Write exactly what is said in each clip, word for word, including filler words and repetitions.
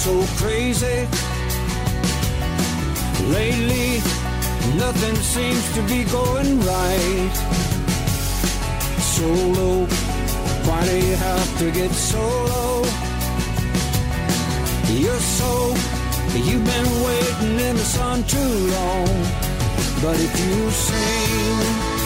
so crazy. Lately, nothing seems to be going right. Solo, why do you have to get so low? You're so, you've been waiting in the sun too long. But if you sing,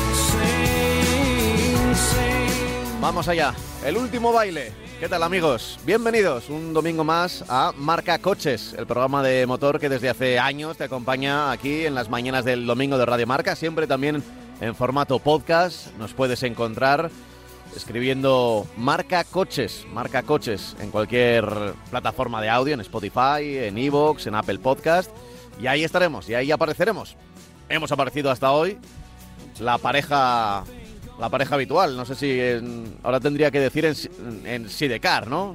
sing, sing. Vamos allá, el último baile. ¿Qué tal, amigos? Bienvenidos un domingo más a Marca Coches, el programa de motor que desde hace años te acompaña aquí en las mañanas del domingo de Radio Marca, siempre también en formato podcast. Nos puedes encontrar escribiendo Marca Coches, Marca Coches en cualquier plataforma de audio, en Spotify, en iVoox, en Apple Podcast, y ahí estaremos, y ahí apareceremos. Hemos aparecido hasta hoy la pareja... La pareja habitual, no sé si en, ahora tendría que decir en, en Sidecar, ¿no?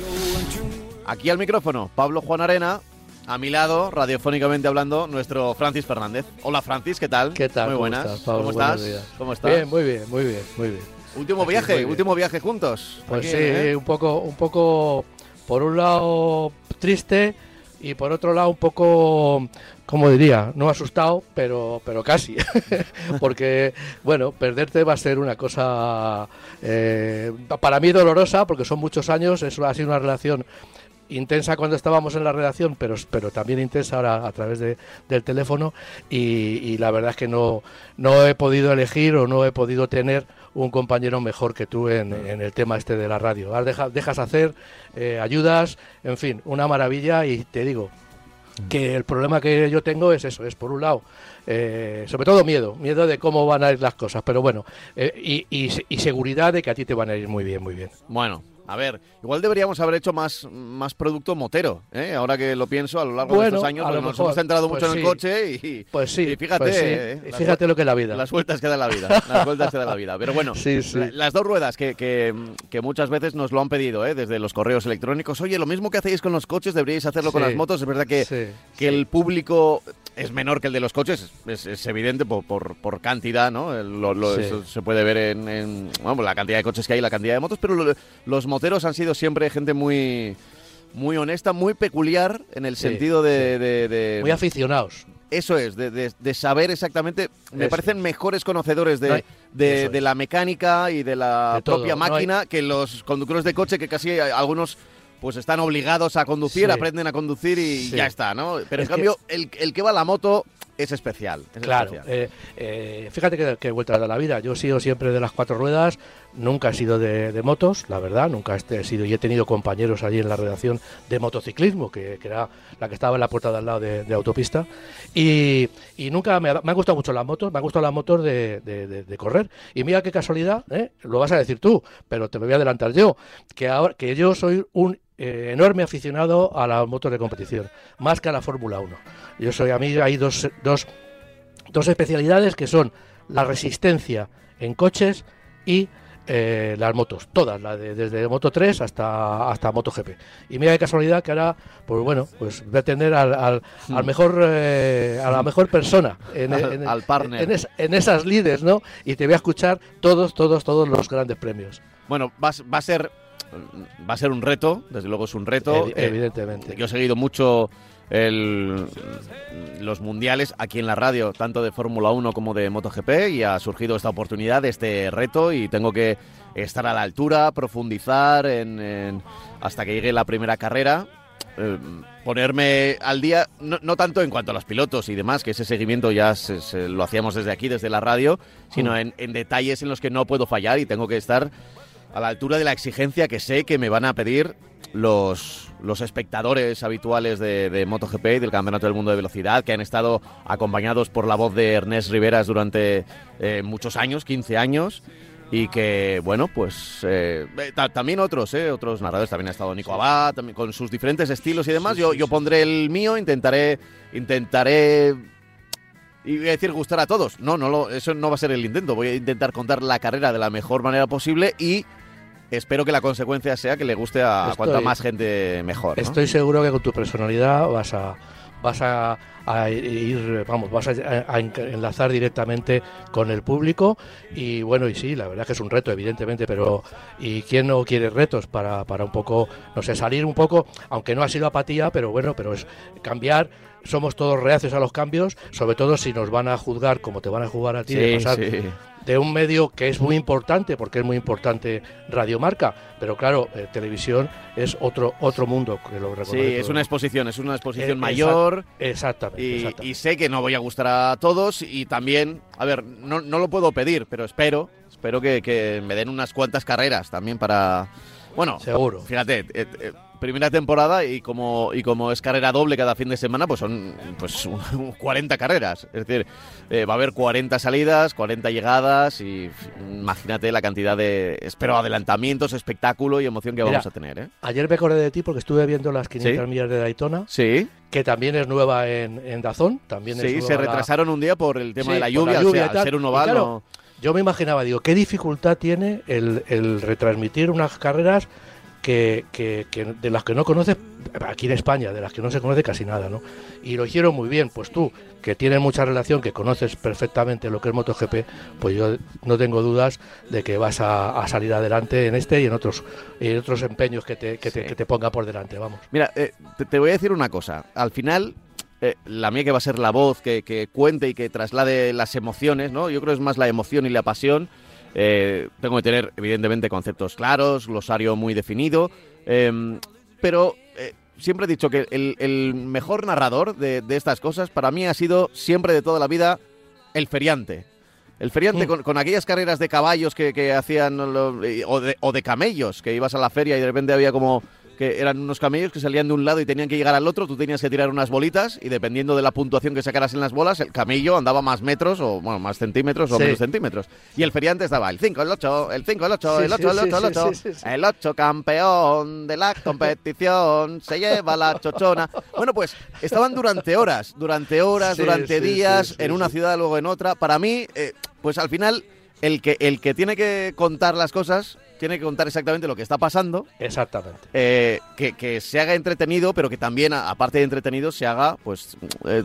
Aquí al micrófono, Pablo Juan Arena, a mi lado, radiofónicamente hablando, nuestro Francis Fernández. Hola, Francis, ¿qué tal? ¿Qué tal? Muy ¿Cómo buenas. estás, Pablo? ¿Cómo estás? Buenos días. ¿Cómo estás? Bien, muy bien, muy bien, muy bien. Último Aquí, viaje, muy bien. último viaje juntos. Pues Aquí, sí, ¿eh? un poco, un poco, por un lado triste y por otro lado un poco, como diría, no asustado, pero, pero casi, porque bueno, perderte va a ser una cosa eh, para mí dolorosa, porque son muchos años, eso ha sido una relación intensa cuando estábamos en la redacción, pero, pero también intensa ahora a través de, del teléfono, y, y la verdad es que no, no he podido elegir o no he podido tener un compañero mejor que tú en, en el tema este de la radio. Ahora deja, dejas hacer, eh, ayudas, en fin, una maravilla, y te digo que el problema que yo tengo es eso, es por un lado, eh, sobre todo miedo, miedo de cómo van a ir las cosas, pero bueno, eh, y, y, y seguridad de que a ti te van a ir muy bien, muy bien. Bueno, a ver, igual deberíamos haber hecho más, más producto motero, ¿eh? Ahora que lo pienso, a lo largo Bueno, de estos años a pues lo nos mejor, hemos centrado pues mucho en el sí. coche y, Pues sí, y fíjate, pues sí. ¿eh? Y fíjate lo que es la vida. Las vueltas que da la vida, las vueltas que da la vida. Pero bueno, Sí, sí. la- las dos ruedas que, que, que muchas veces nos lo han pedido, ¿eh? Desde los correos electrónicos. Oye, lo mismo que hacéis con los coches, deberíais hacerlo con Sí. las motos. Es verdad que, Sí, que sí. el público es menor que el de los coches, es, es evidente por, por, por cantidad, ¿no? El- lo- lo- Sí. Eso se puede ver en, en, bueno, la cantidad de coches que hay, la cantidad de motos, pero lo- los moteros han sido siempre gente muy, muy honesta, muy peculiar en el Sí, sentido de... sí. de- de- Muy aficionados. eso es, de, de- de saber exactamente, me Eso parecen es. mejores conocedores de, No hay- de, eso de es. la mecánica y de la De todo, propia no hay- máquina que los conductores de coche, que casi hay- algunos pues están obligados a conducir, Sí. aprenden a conducir y Sí. ya está, ¿no? Pero Es en cambio, el, el que va a la moto es especial. Es Claro, especial. eh, eh, fíjate que, que vuelta da la vida. Yo he sido siempre de las cuatro ruedas, nunca he sido de, de motos, la verdad, nunca he sido, y he tenido compañeros allí en la redacción de motociclismo, que, que era la que estaba en la puerta de al lado de, de autopista, y, y nunca me, ha- me han gustado mucho las motos, me han gustado las motos de, de- de- de correr. Y mira qué casualidad, ¿eh? Lo vas a decir tú, pero te me voy a adelantar yo, que ahora que yo soy un eh, enorme aficionado a las motos de competición, más que a la Fórmula uno. Yo soy, a mí hay dos, dos, dos especialidades que son la resistencia en coches y eh, las motos, todas, la de, desde Moto tres hasta, hasta MotoGP. Y mira qué casualidad que ahora, pues bueno, pues voy a tener al, al, al mejor, eh, a la mejor persona en, Al- en- al partner. en, es- en esas lides, ¿no? Y te voy a escuchar todos, todos, todos los grandes premios. Bueno, va, a- va a ser va a ser un reto, desde luego es un reto. Evi- Eh, evidentemente. Yo he seguido mucho el, los mundiales aquí en la radio, tanto de Fórmula uno como de MotoGP, y ha surgido esta oportunidad, este reto, y tengo que estar a la altura, profundizar en, en- hasta que llegue la primera carrera, eh, ponerme al día, no, no tanto en cuanto a los pilotos y demás, que ese seguimiento ya se- se lo hacíamos desde aquí, desde la radio, sino Mm. en, en detalles en los que no puedo fallar y tengo que estar a la altura de la exigencia que sé que me van a pedir los, los espectadores habituales de, de MotoGP y del Campeonato del Mundo de Velocidad, que han estado acompañados por la voz de Ernest Riveras durante eh, muchos años, quince años, y que, bueno, pues eh, ta- también otros, eh, otros narradores, también ha estado Nico Abad, también con sus diferentes estilos y demás. Sí, yo sí, yo sí. pondré el mío, intentaré, intentaré... Y voy a decir gustar a todos. No, no lo, eso no va a ser el intento. Voy a intentar contar la carrera de la mejor manera posible y espero que la consecuencia sea que le guste a Estoy- cuanta más gente mejor, ¿no? Estoy seguro que con tu personalidad vas a vas a, a ir, vamos, vas a, a enlazar directamente con el público y bueno, y sí, la verdad que es un reto, evidentemente, pero ¿y quién no quiere retos para, para un poco, no sé, salir un poco, aunque no ha sido apatía, pero bueno, pero es cambiar? Somos todos reacios a los cambios, sobre todo si nos van a juzgar como te van a juzgar a ti, sí, de pasar sí. de un medio que es muy importante, porque es muy importante Radio Marca, pero claro, eh, televisión es otro otro mundo que lo reconoce. Sí, es todo. una exposición, es una exposición Eh, mayor. Exactamente, Y, exactamente. y sé que no voy a gustar a todos y también, a ver, no, no lo puedo pedir, pero espero, espero que, que me den unas cuantas carreras también para... Bueno, seguro. Fíjate, eh, eh, primera temporada y como y como es carrera doble cada fin de semana, pues son pues cuarenta carreras. Es decir, eh, va a haber cuarenta salidas, cuarenta llegadas y imagínate la cantidad de, espero, adelantamientos, espectáculo y emoción que Mira, vamos a tener, ¿eh? Ayer me acordé de ti porque estuve viendo las quinientas ¿Sí? millas de Daytona, Sí, que también es nueva en, en Dazón. También es sí, nueva se la- retrasaron un día por el tema Sí, de la por lluvia, la al lluvia ser- y al tal. ser un Y oval, claro, no- Yo me imaginaba, digo, qué dificultad tiene el, el retransmitir unas carreras que, que, que de las que no conoces aquí en España, de las que no se conoce casi nada, ¿no? Y lo hicieron muy bien. Pues tú, que tienes mucha relación, que conoces perfectamente lo que es MotoGP, pues yo no tengo dudas de que vas a, a salir adelante en este y en otros y en otros empeños que te, que te, Sí. que te ponga por delante, vamos. Mira, eh, te, te voy a decir una cosa. Al final, eh, la mía que va a ser la voz que, que cuente y que traslade las emociones, ¿no? Yo creo que es más la emoción y la pasión. Eh, tengo que tener, evidentemente, conceptos claros, glosario muy definido, eh, pero eh, siempre he dicho que el, el mejor narrador de, de estas cosas para mí ha sido siempre de toda la vida el feriante. El feriante Mm. con, con aquellas carreras de caballos que, que hacían, lo- o, de, o de camellos, que ibas a la feria y de repente había como... que eran unos camellos que salían de un lado y tenían que llegar al otro, tú tenías que tirar unas bolitas y dependiendo de la puntuación que sacaras en las bolas, el camello andaba más metros o bueno, más centímetros o Sí. menos centímetros. Y el feriante estaba el cinco, el ocho, el cinco, el ocho, Sí, el ocho, el sí, ocho, el sí, ocho, sí, sí, sí. el ocho campeón de la competición, se lleva la chochona. Bueno, pues estaban durante horas, durante horas, Sí, durante sí, días, sí, sí, en una sí. ciudad, luego en otra. Para mí, eh, pues al final, el que, el que tiene que contar las cosas, tiene que contar exactamente lo que está pasando. Exactamente. Eh, que, que se haga entretenido, pero que también, a- aparte de entretenido, se haga, pues, eh,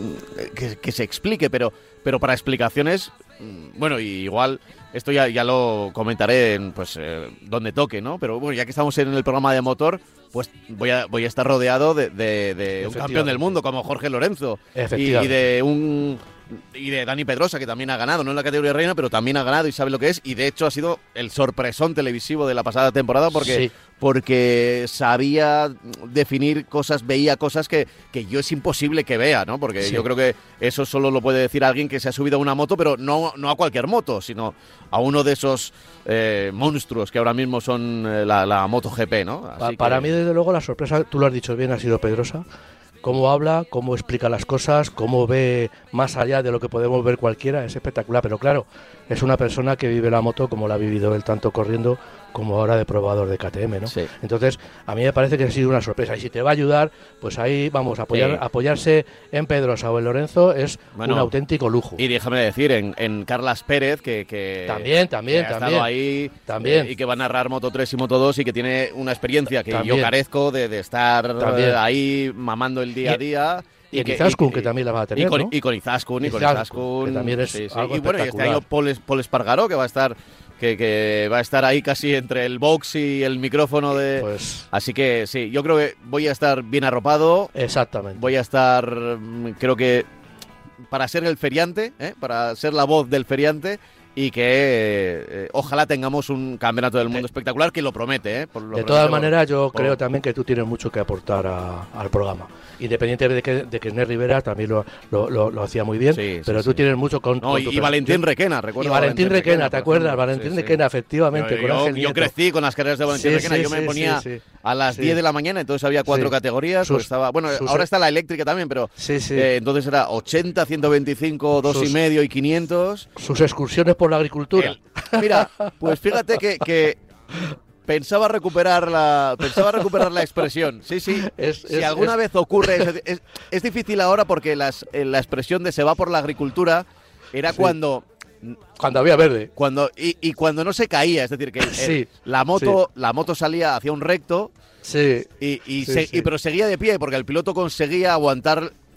que, que se explique, pero, pero para explicaciones, mm, bueno, y igual esto ya, ya lo comentaré en, pues, eh, donde toque, ¿no? Pero bueno, ya que estamos en el programa de motor, pues voy a, voy a estar rodeado de, de- de un campeón del mundo como Jorge Lorenzo y, y Efectivamente. de un... y de Dani Pedrosa, que también ha ganado, no en la categoría reina, pero también ha ganado y sabe lo que es, y de hecho ha sido el sorpresón televisivo de la pasada temporada porque, Sí. porque sabía definir cosas, veía cosas que, que yo es imposible que vea, ¿no? Porque Sí. yo creo que eso solo lo puede decir alguien que se ha subido a una moto, pero no, no a cualquier moto, sino a uno de esos eh, monstruos que ahora mismo son eh, la, la MotoGP, ¿no? Pa- Así Para que- mí, desde luego, la sorpresa, tú lo has dicho bien, ha sido Pedrosa. Cómo habla, cómo explica las cosas, cómo ve más allá de lo que podemos ver cualquiera, es espectacular. Pero claro, es una persona que vive la moto como la ha vivido él, tanto corriendo como ahora de probador de K T M, ¿no? Sí. Entonces, a mí me parece que ha sido una sorpresa. Y si te va a ayudar, pues ahí, vamos, apoyar, Sí. apoyarse en Pedrosa o en Lorenzo es Bueno, un auténtico lujo. Y déjame decir, en, en Carlas Pérez, que, que También, también, que ha también. estado ahí También. eh, y que va a narrar Moto tres y Moto dos y que tiene una experiencia que También. yo carezco de, de estar También. eh, ahí mamando el día Y- a día. y en Izaskun, que también la va a tener, y con, ¿no? y con Izaskun, y con Izaskun, Izaskun, que también es sí, sí. algo Y bueno, y este espectacular. año Paul, Es- Paul Espargaró, que va a estar que, que va a estar ahí casi entre el box y el micrófono de... Pues Así que sí, yo creo que voy a estar bien arropado, exactamente. voy a estar, mm, creo que para ser el feriante, ¿eh? Para ser la voz del feriante y que eh, ojalá tengamos un campeonato del mundo De- espectacular que lo promete, ¿eh? Por lo De promete todas por- maneras, yo por- creo también que tú tienes mucho que aportar a- al programa. Independiente de que, de que Ner Rivera también lo, lo, lo- lo hacía muy bien, Sí, sí, pero tú sí. tienes mucho con. No, con y, tu y per- Valentín yo- Requena, recuerdo. Y Valentín Requena, ¿te por acuerdas? ejemplo. Valentín Sí, sí. Requena, efectivamente, Yo, con yo- Ángel yo Nieto. crecí con las carreras de Valentín Sí, Requena, sí, yo me sí, ponía sí, sí. a las Sí. diez de la mañana, entonces había cuatro Sí. categorías, pues Sus- estaba, bueno, sus- ahora está la eléctrica también, pero Sí, sí. eh, entonces era ochenta, ciento veinticinco, dos y Sus- medio y quinientos. Sus excursiones por la agricultura. El- mira, pues fíjate que, que pensaba recuperar la pensaba recuperar la expresión. Sí, sí. Es- si es- alguna es- vez ocurre, es, es- es difícil ahora porque las, eh, la expresión de se va por la agricultura era Sí. cuando Cuando había verde. cuando y, y cuando no se caía, es decir, que el- Sí, la moto la moto salía hacia un recto Sí. y, y Sí, se- sí. y pero seguía de pie porque el piloto conseguía aguantar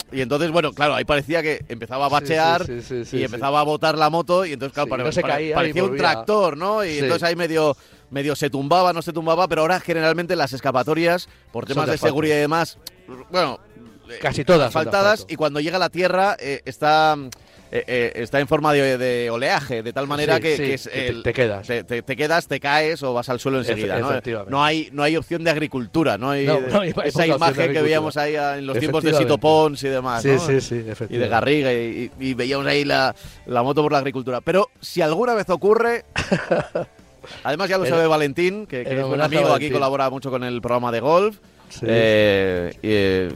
y entonces, bueno, claro, ahí parecía que empezaba a bachear sí, sí, sí, sí, y sí, empezaba sí. a botar la moto y entonces, claro, sí, pare, no se pare, caía parecía un tractor, ¿no? Y sí. entonces ahí medio, medio se tumbaba, no se tumbaba, pero ahora generalmente las escapatorias, por temas de, de seguridad y demás, bueno, casi todas asfaltadas, y cuando llega a la tierra eh, está... Eh, eh, está en forma de, de oleaje, de tal manera sí, que, sí, que es te, el, te quedas. Te, te, te quedas, te caes o vas al suelo enseguida. Efe, ¿no? No, hay, no hay opción de agricultura, no hay, no, no hay esa imagen que veíamos ahí en los tiempos de Sito Pons y demás. Sí, ¿no? sí, sí, y de Garriga y, y, y veíamos ahí la, la moto por la agricultura. Pero si alguna vez ocurre... Además ya lo sabe el, Valentín, que, que es un amigo, aquí colabora mucho con el programa de golf. Sí. Eh, eh,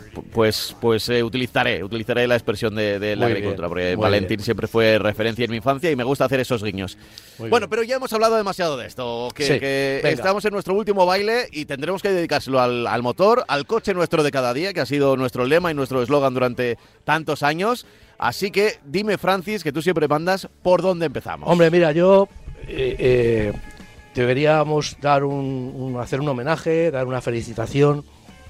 pues pues eh, utilizaré utilizaré la expresión de, de la muy agricultura, bien, porque Valentín bien. siempre fue referencia en mi infancia y me gusta hacer esos guiños. Muy bueno, bien. Pero ya hemos hablado demasiado de esto, que, sí, que estamos en nuestro último baile y tendremos que dedicárselo al, al motor, al coche nuestro de cada día, que ha sido nuestro lema y nuestro eslogan durante tantos años. Así que dime, Francis, que tú siempre mandas, ¿por dónde empezamos? Hombre, mira, yo... Eh, eh, deberíamos dar un, un, hacer un homenaje, dar una felicitación,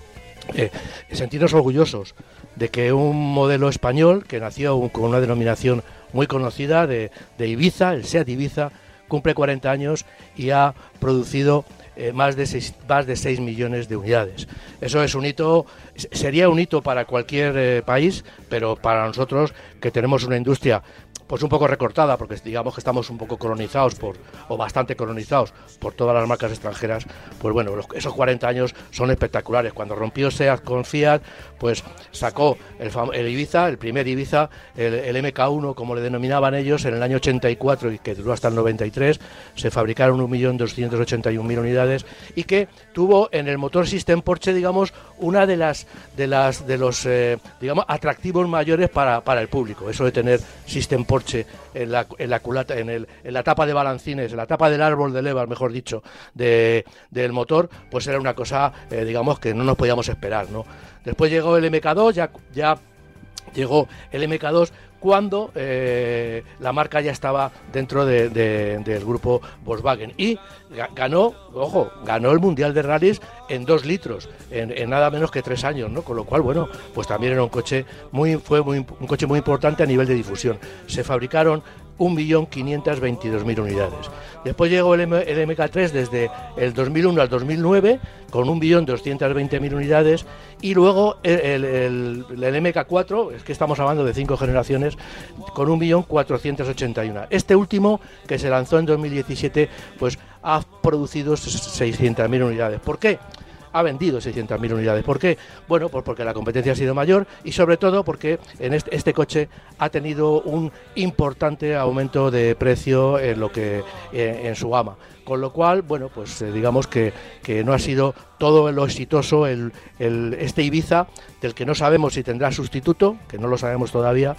eh, sentirnos orgullosos de que un modelo español que nació con una denominación muy conocida de, de Ibiza, el SEAT Ibiza, cumple cuarenta años y ha producido eh, más de seis, más de seis millones de unidades. Eso es un hito, sería un hito para cualquier eh, país, pero para nosotros que tenemos una industria pues un poco recortada, porque digamos que estamos un poco colonizados por, o bastante colonizados por todas las marcas extranjeras, pues bueno, los, esos cuarenta años son espectaculares. Cuando rompió SEAT con Fiat, pues sacó el, el Ibiza, el primer Ibiza, el, el M K uno, como le denominaban ellos, en el año ochenta y cuatro y que duró hasta el noventa y tres, se fabricaron un millón doscientos ochenta y un mil unidades y que tuvo en el motor System Porsche, digamos, una de las de las de los eh, digamos atractivos mayores para, para el público, eso de tener System Porsche en la, en la culata, en, el, en la tapa de balancines, en la tapa del árbol de levas, mejor dicho, de, del motor, pues era una cosa, eh, digamos, que no nos podíamos esperar, ¿no? Después llegó el M K dos, ya, ya llegó el M K dos cuando eh, la marca ya estaba dentro de, de, del grupo Volkswagen y ganó, ojo, ganó el Mundial de Rallys en dos litros, en, en nada menos que tres años, ¿no? Con lo cual, bueno, pues también era un coche muy, fue muy, un coche muy importante a nivel de difusión. Se fabricaron un millón quinientos veintidós mil unidades. Después llegó el, M, el M K tres desde el dos mil uno al dos mil nueve con un millón doscientos veinte mil unidades y luego el, el, el, el M K cuatro, es que estamos hablando de cinco generaciones, con un millón cuatrocientos ochenta y uno. Este último, que se lanzó en dos mil diecisiete, pues ha producido seiscientos mil unidades. ¿Por qué? Ha vendido seiscientas mil unidades. ¿Por qué? Bueno, pues porque la competencia ha sido mayor y sobre todo porque en este, este coche ha tenido un importante aumento de precio en lo que eh, en su gama. Con lo cual, bueno, pues eh, digamos que, que no ha sido todo lo exitoso el, el, este Ibiza, del que no sabemos si tendrá sustituto, que no lo sabemos todavía,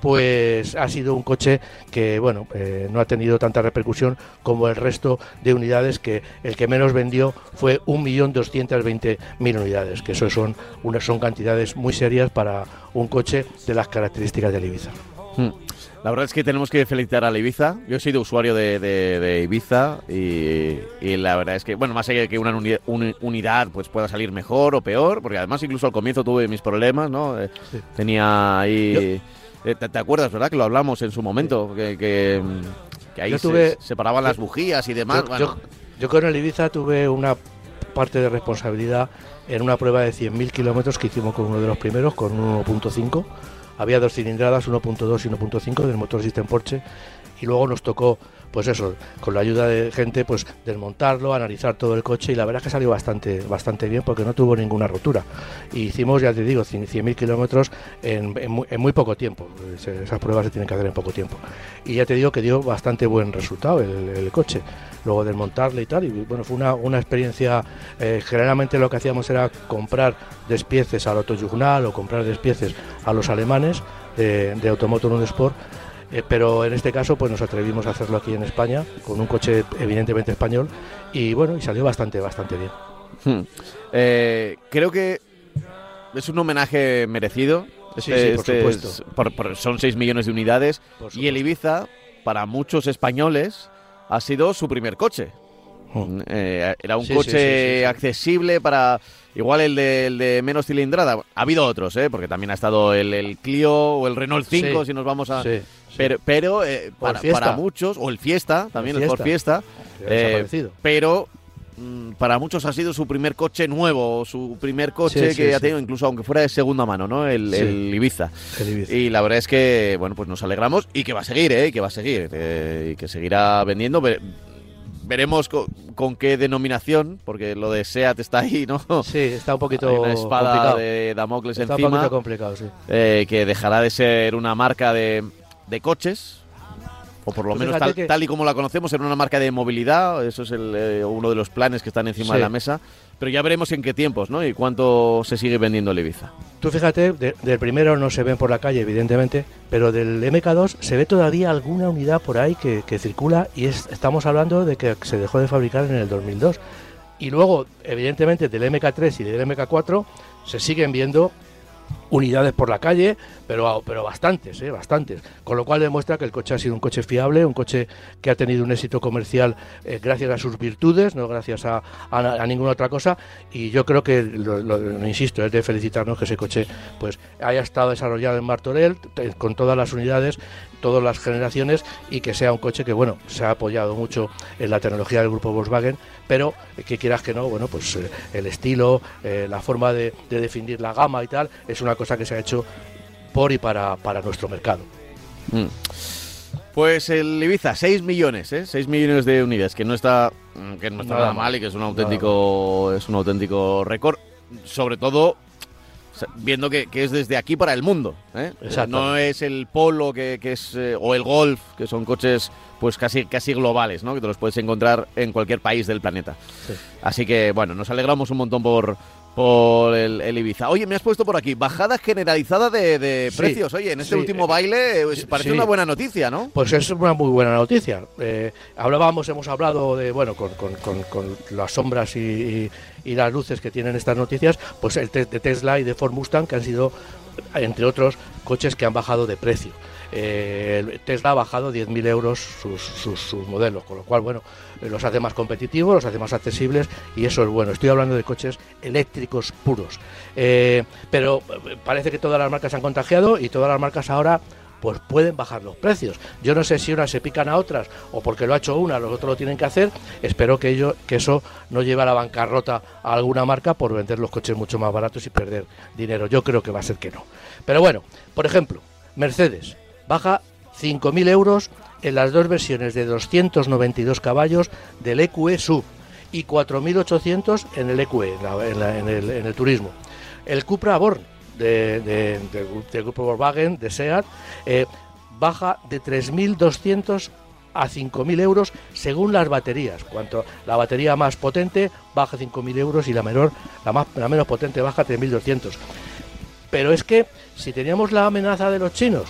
pues ha sido un coche que, bueno, eh, no ha tenido tanta repercusión como el resto de unidades, que el que menos vendió fue un millón doscientos veinte mil unidades, que eso son, unas, son cantidades muy serias para un coche de las características del Ibiza. Hmm. La verdad es que tenemos que felicitar a la Ibiza. Yo he sido usuario de, de, de Ibiza y, y la verdad es que, bueno, más allá de que una unidad, una unidad pues pueda salir mejor o peor, porque además incluso al comienzo tuve mis problemas, ¿no? Eh, sí. Tenía ahí... Eh, ¿te, ¿Te acuerdas, verdad? Que lo hablamos en su momento, sí. que, que, que ahí tuve, se separaban yo, las bujías y demás. Yo, bueno. yo, yo con el Ibiza tuve una parte de responsabilidad en una prueba de cien mil kilómetros que hicimos con uno de los primeros, con un uno punto cinco. Había dos cilindradas, uno punto dos y uno punto cinco del motor System Porsche, y luego nos tocó, pues eso, con la ayuda de gente, pues desmontarlo, analizar todo el coche, y la verdad es que salió bastante bastante bien porque no tuvo ninguna rotura. Y hicimos, ya te digo, cien mil kilómetros en, en, muy, en muy poco tiempo. Esas pruebas se tienen que hacer en poco tiempo. Y ya te digo que dio bastante buen resultado el, el coche. Luego desmontarle y tal, y bueno, fue una, una experiencia. Eh, generalmente lo que hacíamos era comprar despieces al Autojugnal o comprar despieces a los alemanes de, de Automotor uno Sport, eh, pero en este caso pues nos atrevimos a hacerlo aquí en España con un coche evidentemente español y bueno, y salió bastante, bastante bien. Hmm. Eh, creo que es un homenaje merecido. Este, sí, sí, por este supuesto. Es, por, por, son seis millones de unidades y el Ibiza, para muchos españoles, ha sido su primer coche. Mm. Eh, era un sí, coche sí, sí, sí, sí. accesible para... Igual el de, el de menos cilindrada. Ha habido otros, ¿eh? Porque también ha estado el, el Clio o el Renault cinco, Sí, si nos vamos a... sí, sí. Pero, pero eh, para, para muchos, o el Fiesta, también el, el Ford Fiesta, eh, pero mm, para muchos ha sido su primer coche nuevo, su primer coche sí, que sí, ha sí. tenido, incluso aunque fuera de segunda mano, ¿no? El, Sí. el Ibiza. El Ibiza. Y la verdad es que, bueno, pues nos alegramos y que va a seguir, ¿eh? Y que va a seguir, eh, y que seguirá vendiendo. Ve- Veremos con, con qué denominación, porque lo de SEAT está ahí, ¿no? Sí, está un poquito Hay una espada complicado. de Damocles Está encima. un poquito complicado, sí. eh, que dejará de ser una marca de, de coches, o por lo Pues menos fíjate tal, que- tal y como la conocemos, ser una marca de movilidad. Eso es el, eh, uno de los planes que están encima Sí. de la mesa. Pero ya veremos en qué tiempos, ¿no? Y cuánto se sigue vendiendo el Ibiza. Tú fíjate, de- del primero no se ven por la calle, evidentemente, pero del M K dos se ve todavía alguna unidad por ahí que, que circula y es, estamos hablando de que se dejó de fabricar en el dos mil dos. Y luego, evidentemente, del M K tres y del M K cuatro se siguen viendo unidades por la calle, pero, pero bastantes, ¿eh? bastantes. Con lo cual demuestra que el coche ha sido un coche fiable, un coche que ha tenido un éxito comercial eh, gracias a sus virtudes, no gracias a, a, a ninguna otra cosa. Y yo creo que, lo, lo- lo insisto, es de felicitarnos que ese coche pues haya estado desarrollado en Martorell t- con todas las unidades, todas las generaciones, y que sea un coche que, bueno, se ha apoyado mucho en la tecnología del grupo Volkswagen, pero eh, que quieras que no, bueno, pues eh, el estilo, eh, la forma de, de definir la gama y tal, es una cosa que se ha hecho por y para, para nuestro mercado. Mm. Pues el Ibiza, seis millones, ¿eh? seis millones de unidades, que no está, mm, que no está nada, Nada mal mal. y que es un auténtico, es un auténtico récord, sobre todo sa- viendo que, que es desde aquí para el mundo, ¿eh? Exactamente. No es el Polo que, que es eh, o el Golf, que son coches pues casi casi globales, ¿no? Que te los puedes encontrar en cualquier país del planeta. Sí. Así que bueno, nos alegramos un montón por por el, el Ibiza. Oye, me has puesto por aquí bajada generalizada de, de Sí, precios. Oye, en este sí, último eh, baile eh, pues, parece sí. una buena noticia, ¿no? Pues es una muy buena noticia. Eh, hablábamos, hemos hablado de, bueno, con, con- con- con las sombras y, y- y las luces que tienen estas noticias, pues el te- de Tesla y de Ford Mustang, que han sido, entre otros, coches que han bajado de precio. Eh, el Tesla ha bajado diez mil euros sus, sus, sus modelos, con lo cual, bueno, eh, los hace más competitivos, los hace más accesibles, y eso es bueno. Estoy hablando de coches eléctricos puros. Eh, pero eh, parece que todas las marcas se han contagiado y todas las marcas ahora pues pueden bajar los precios. Yo no sé si unas se pican a otras o porque lo ha hecho una, los otros lo tienen que hacer. Espero que ello, que eso no lleve a la bancarrota a alguna marca por vender los coches mucho más baratos y perder dinero. Yo creo que va a ser que no. Pero bueno, por ejemplo, Mercedes baja cinco mil euros en las dos versiones de doscientos noventa y dos caballos del E Q E Sub y cuatro mil ochocientos en el E Q E, en, la- en la- en el, en el turismo. El Cupra Born de, de- de- del grupo Volkswagen, de SEAT, eh, baja de tres mil doscientos a cinco mil euros según las baterías. Cuanto la batería más potente baja cinco mil euros y la menor, la, más, la menos potente baja tres mil doscientos. Pero es que si teníamos la amenaza de los chinos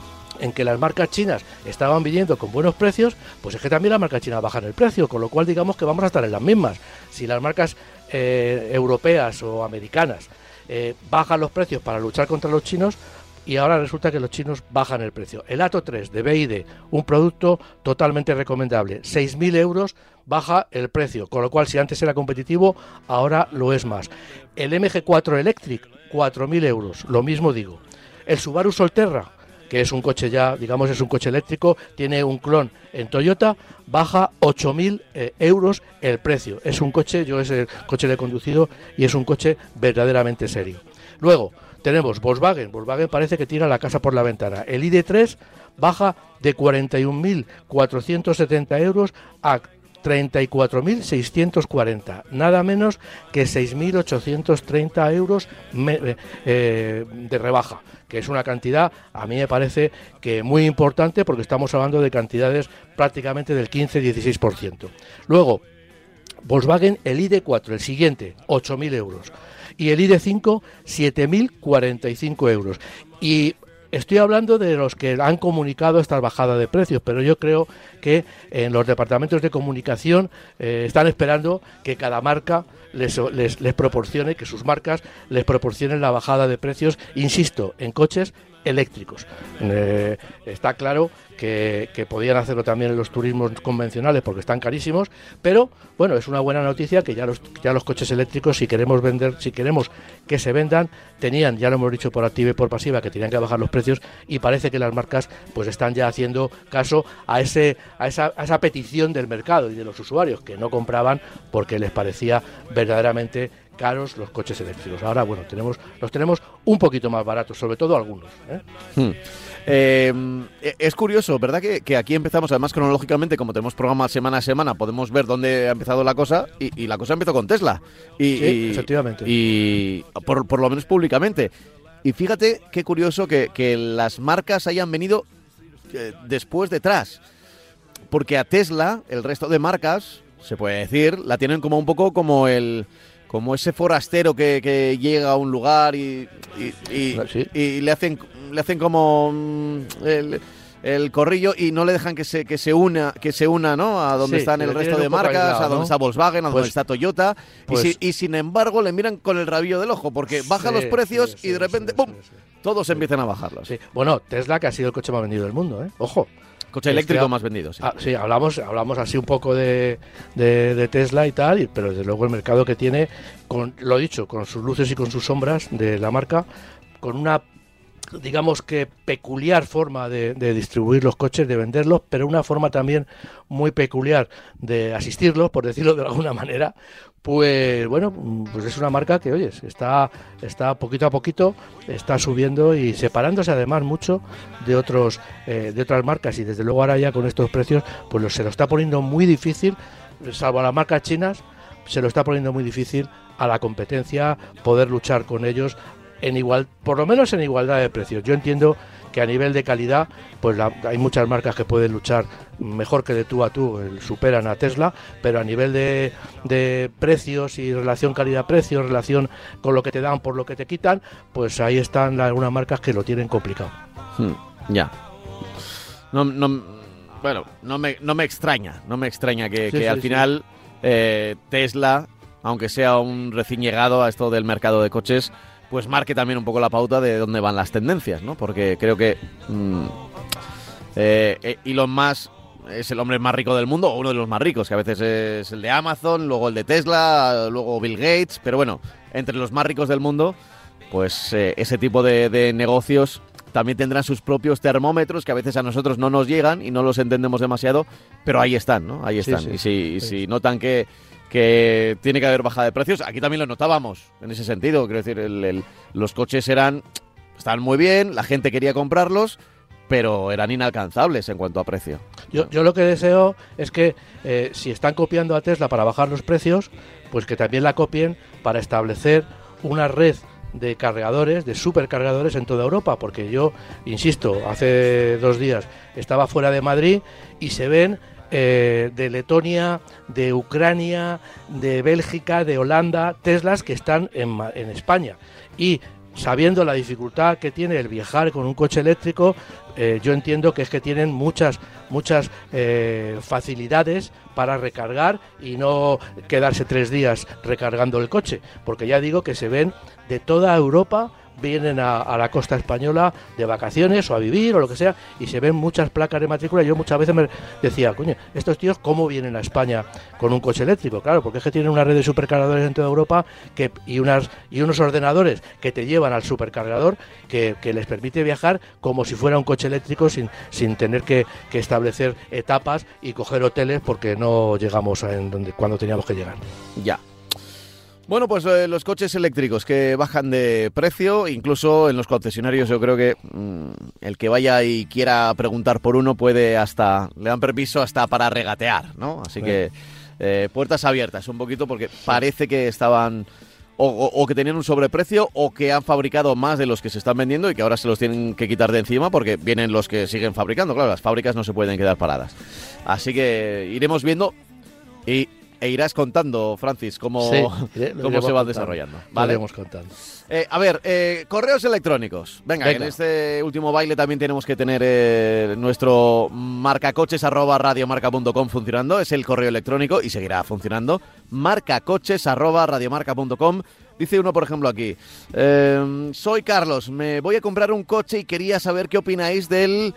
en que las marcas chinas estaban viniendo con buenos precios, pues es que también las marcas chinas bajan el precio, con lo cual digamos que vamos a estar en las mismas. Si las marcas eh, europeas o americanas eh, bajan los precios para luchar contra los chinos, y ahora resulta que los chinos bajan el precio. El Atto tres de B Y D, un producto totalmente recomendable, seis mil euros baja el precio, con lo cual si antes era competitivo, ahora lo es más. El M G cuatro Electric, cuatro mil euros, lo mismo digo. El Subaru Solterra, que es un coche ya, digamos, es un coche eléctrico, tiene un clon en Toyota, baja ocho mil eh, euros el precio. Es un coche, yo ese coche lo he conducido y es un coche verdaderamente serio. Luego tenemos Volkswagen, Volkswagen parece que tira la casa por la ventana. El I D tres baja de cuarenta y un mil cuatrocientos setenta euros a treinta y cuatro mil seiscientos cuarenta, nada menos que seis mil ochocientos treinta euros me, eh, de rebaja, que es una cantidad, a mí me parece que muy importante, porque estamos hablando de cantidades prácticamente del quince a dieciséis por ciento. Luego, Volkswagen, el I D cuatro, el siguiente, ocho mil euros, y el I D cinco, siete mil cuarenta y cinco euros. Y estoy hablando de los que han comunicado esta bajada de precios, pero yo creo que en los departamentos de comunicación eh, están esperando que cada marca les, les, les proporcione, que sus marcas les proporcionen la bajada de precios, insisto, en coches eléctricos. Eh, está claro que, que podían hacerlo también en los turismos convencionales porque están carísimos, pero bueno, es una buena noticia que ya los, ya los coches eléctricos, si queremos vender, si queremos que se vendan, tenían, ya lo hemos dicho por activa y por pasiva, que tenían que bajar los precios, y parece que las marcas pues están ya haciendo caso a ese a esa, a esa petición del mercado y de los usuarios que no compraban porque les parecía verdaderamente caros los coches eléctricos. Ahora, bueno, tenemos los tenemos un poquito más baratos, sobre todo algunos, ¿eh? Hmm. Eh, es curioso, ¿verdad? Que, que aquí empezamos, además cronológicamente, como tenemos programa semana a semana, podemos ver dónde ha empezado la cosa, y, y la cosa empezó con Tesla. Y, sí, y, efectivamente. Y por, por lo menos públicamente. Y fíjate qué curioso que, que las marcas hayan venido eh, después detrás. Porque a Tesla, el resto de marcas, se puede decir, la tienen como un poco como el... como ese forastero que, que llega a un lugar y, y, y, ¿Sí? y le hacen le hacen como el, el corrillo y no le dejan que se que se una que se una ¿no? A donde sí, están el resto de marcas, aislado, ¿no? A donde está Volkswagen, a donde pues, está Toyota, pues, y, si, y sin embargo le miran con el rabillo del ojo porque baja sí, los precios sí, sí, y de repente sí, ¡pum! Sí, sí. Todos sí. empiezan a bajarlos. Sí. Bueno, Tesla, que ha sido el coche más vendido del mundo, ¿eh? Ojo. Coche eléctrico este, más vendido, sí. Ah, sí, hablamos, hablamos así un poco de, de, de Tesla y tal, pero desde luego el mercado que tiene, con, lo dicho, con sus luces y con sus sombras de la marca, con una, digamos que peculiar forma de, de distribuir los coches, de venderlos, pero una forma también muy peculiar de asistirlos, por decirlo de alguna manera. Pues bueno, pues es una marca que, oye, está, está poquito a poquito, está subiendo y separándose además mucho de otros eh, de otras marcas, y desde luego ahora ya con estos precios pues lo, se lo está poniendo muy difícil, salvo a las marcas chinas, se lo está poniendo muy difícil a la competencia poder luchar con ellos en igual, por lo menos en igualdad de precios. Yo entiendo que a nivel de calidad, pues la, hay muchas marcas que pueden luchar mejor que de tú a tú, el, superan a Tesla, pero a nivel de, de precios y relación calidad-precio, relación con lo que te dan por lo que te quitan, pues ahí están algunas marcas que lo tienen complicado. Hmm, ya. No, no, bueno, no me, no me extraña, no me extraña que, sí, que sí, al sí. final eh, Tesla, aunque sea un recién llegado a esto del mercado de coches, pues marque también un poco la pauta de dónde van las tendencias, ¿no? Porque creo que mmm, eh, Elon Musk es el hombre más rico del mundo, o uno de los más ricos, que a veces es el de Amazon, luego el de Tesla, luego Bill Gates, pero bueno, entre los más ricos del mundo, pues eh, ese tipo de, de negocios también tendrán sus propios termómetros que a veces a nosotros no nos llegan y no los entendemos demasiado, pero ahí están, ¿no? Ahí están. Sí, sí, y si, sí. si notan que... que tiene que haber bajada de precios. Aquí también lo notábamos, en ese sentido. Quiero decir, el, el, los coches eran estaban muy bien, la gente quería comprarlos, pero eran inalcanzables en cuanto a precio. Yo, yo lo que deseo es que, eh, si están copiando a Tesla para bajar los precios, pues que también la copien para establecer una red de cargadores, de supercargadores en toda Europa, porque yo, insisto, hace dos días estaba fuera de Madrid y se ven Eh, de Letonia, de Ucrania, de Bélgica, de Holanda, Teslas que están en, en España. Y sabiendo la dificultad que tiene el viajar con un coche eléctrico, eh, yo entiendo que es que tienen muchas, muchas eh, facilidades para recargar y no quedarse tres días recargando el coche, porque ya digo que se ven de toda Europa, vienen a, a la costa española de vacaciones o a vivir o lo que sea, y se ven muchas placas de matrícula. Yo muchas veces me decía, coño, estos tíos cómo vienen a España con un coche eléctrico. Claro, porque es que tienen una red de supercargadores en toda Europa que, y, unas, y unos ordenadores que te llevan al supercargador que, que les permite viajar como si fuera un coche eléctrico sin, sin tener que, que establecer etapas y coger hoteles porque no llegamos a en donde, cuando teníamos que llegar. Ya. Bueno, pues eh, los coches eléctricos que bajan de precio, incluso en los concesionarios yo creo que mmm, el que vaya y quiera preguntar por uno puede hasta, le dan permiso hasta para regatear, ¿no? Así que eh, puertas abiertas un poquito porque parece que estaban o, o, o que tenían un sobreprecio o que han fabricado más de los que se están vendiendo y que ahora se los tienen que quitar de encima porque vienen los que siguen fabricando. Claro, las fábricas no se pueden quedar paradas. Así que iremos viendo y... E irás contando, Francis, cómo, sí, cómo se va contando. desarrollando. Vale. Lo iremos contando. Eh, a ver, eh, correos electrónicos. Venga, Venga, en este último baile también tenemos que tener eh, nuestro marcacoches arroba radiomarca punto com funcionando. Es el correo electrónico y seguirá funcionando. marcacoches arroba radiomarca punto com. Dice uno, por ejemplo, aquí, eh, soy Carlos, me voy a comprar un coche y quería saber qué opináis del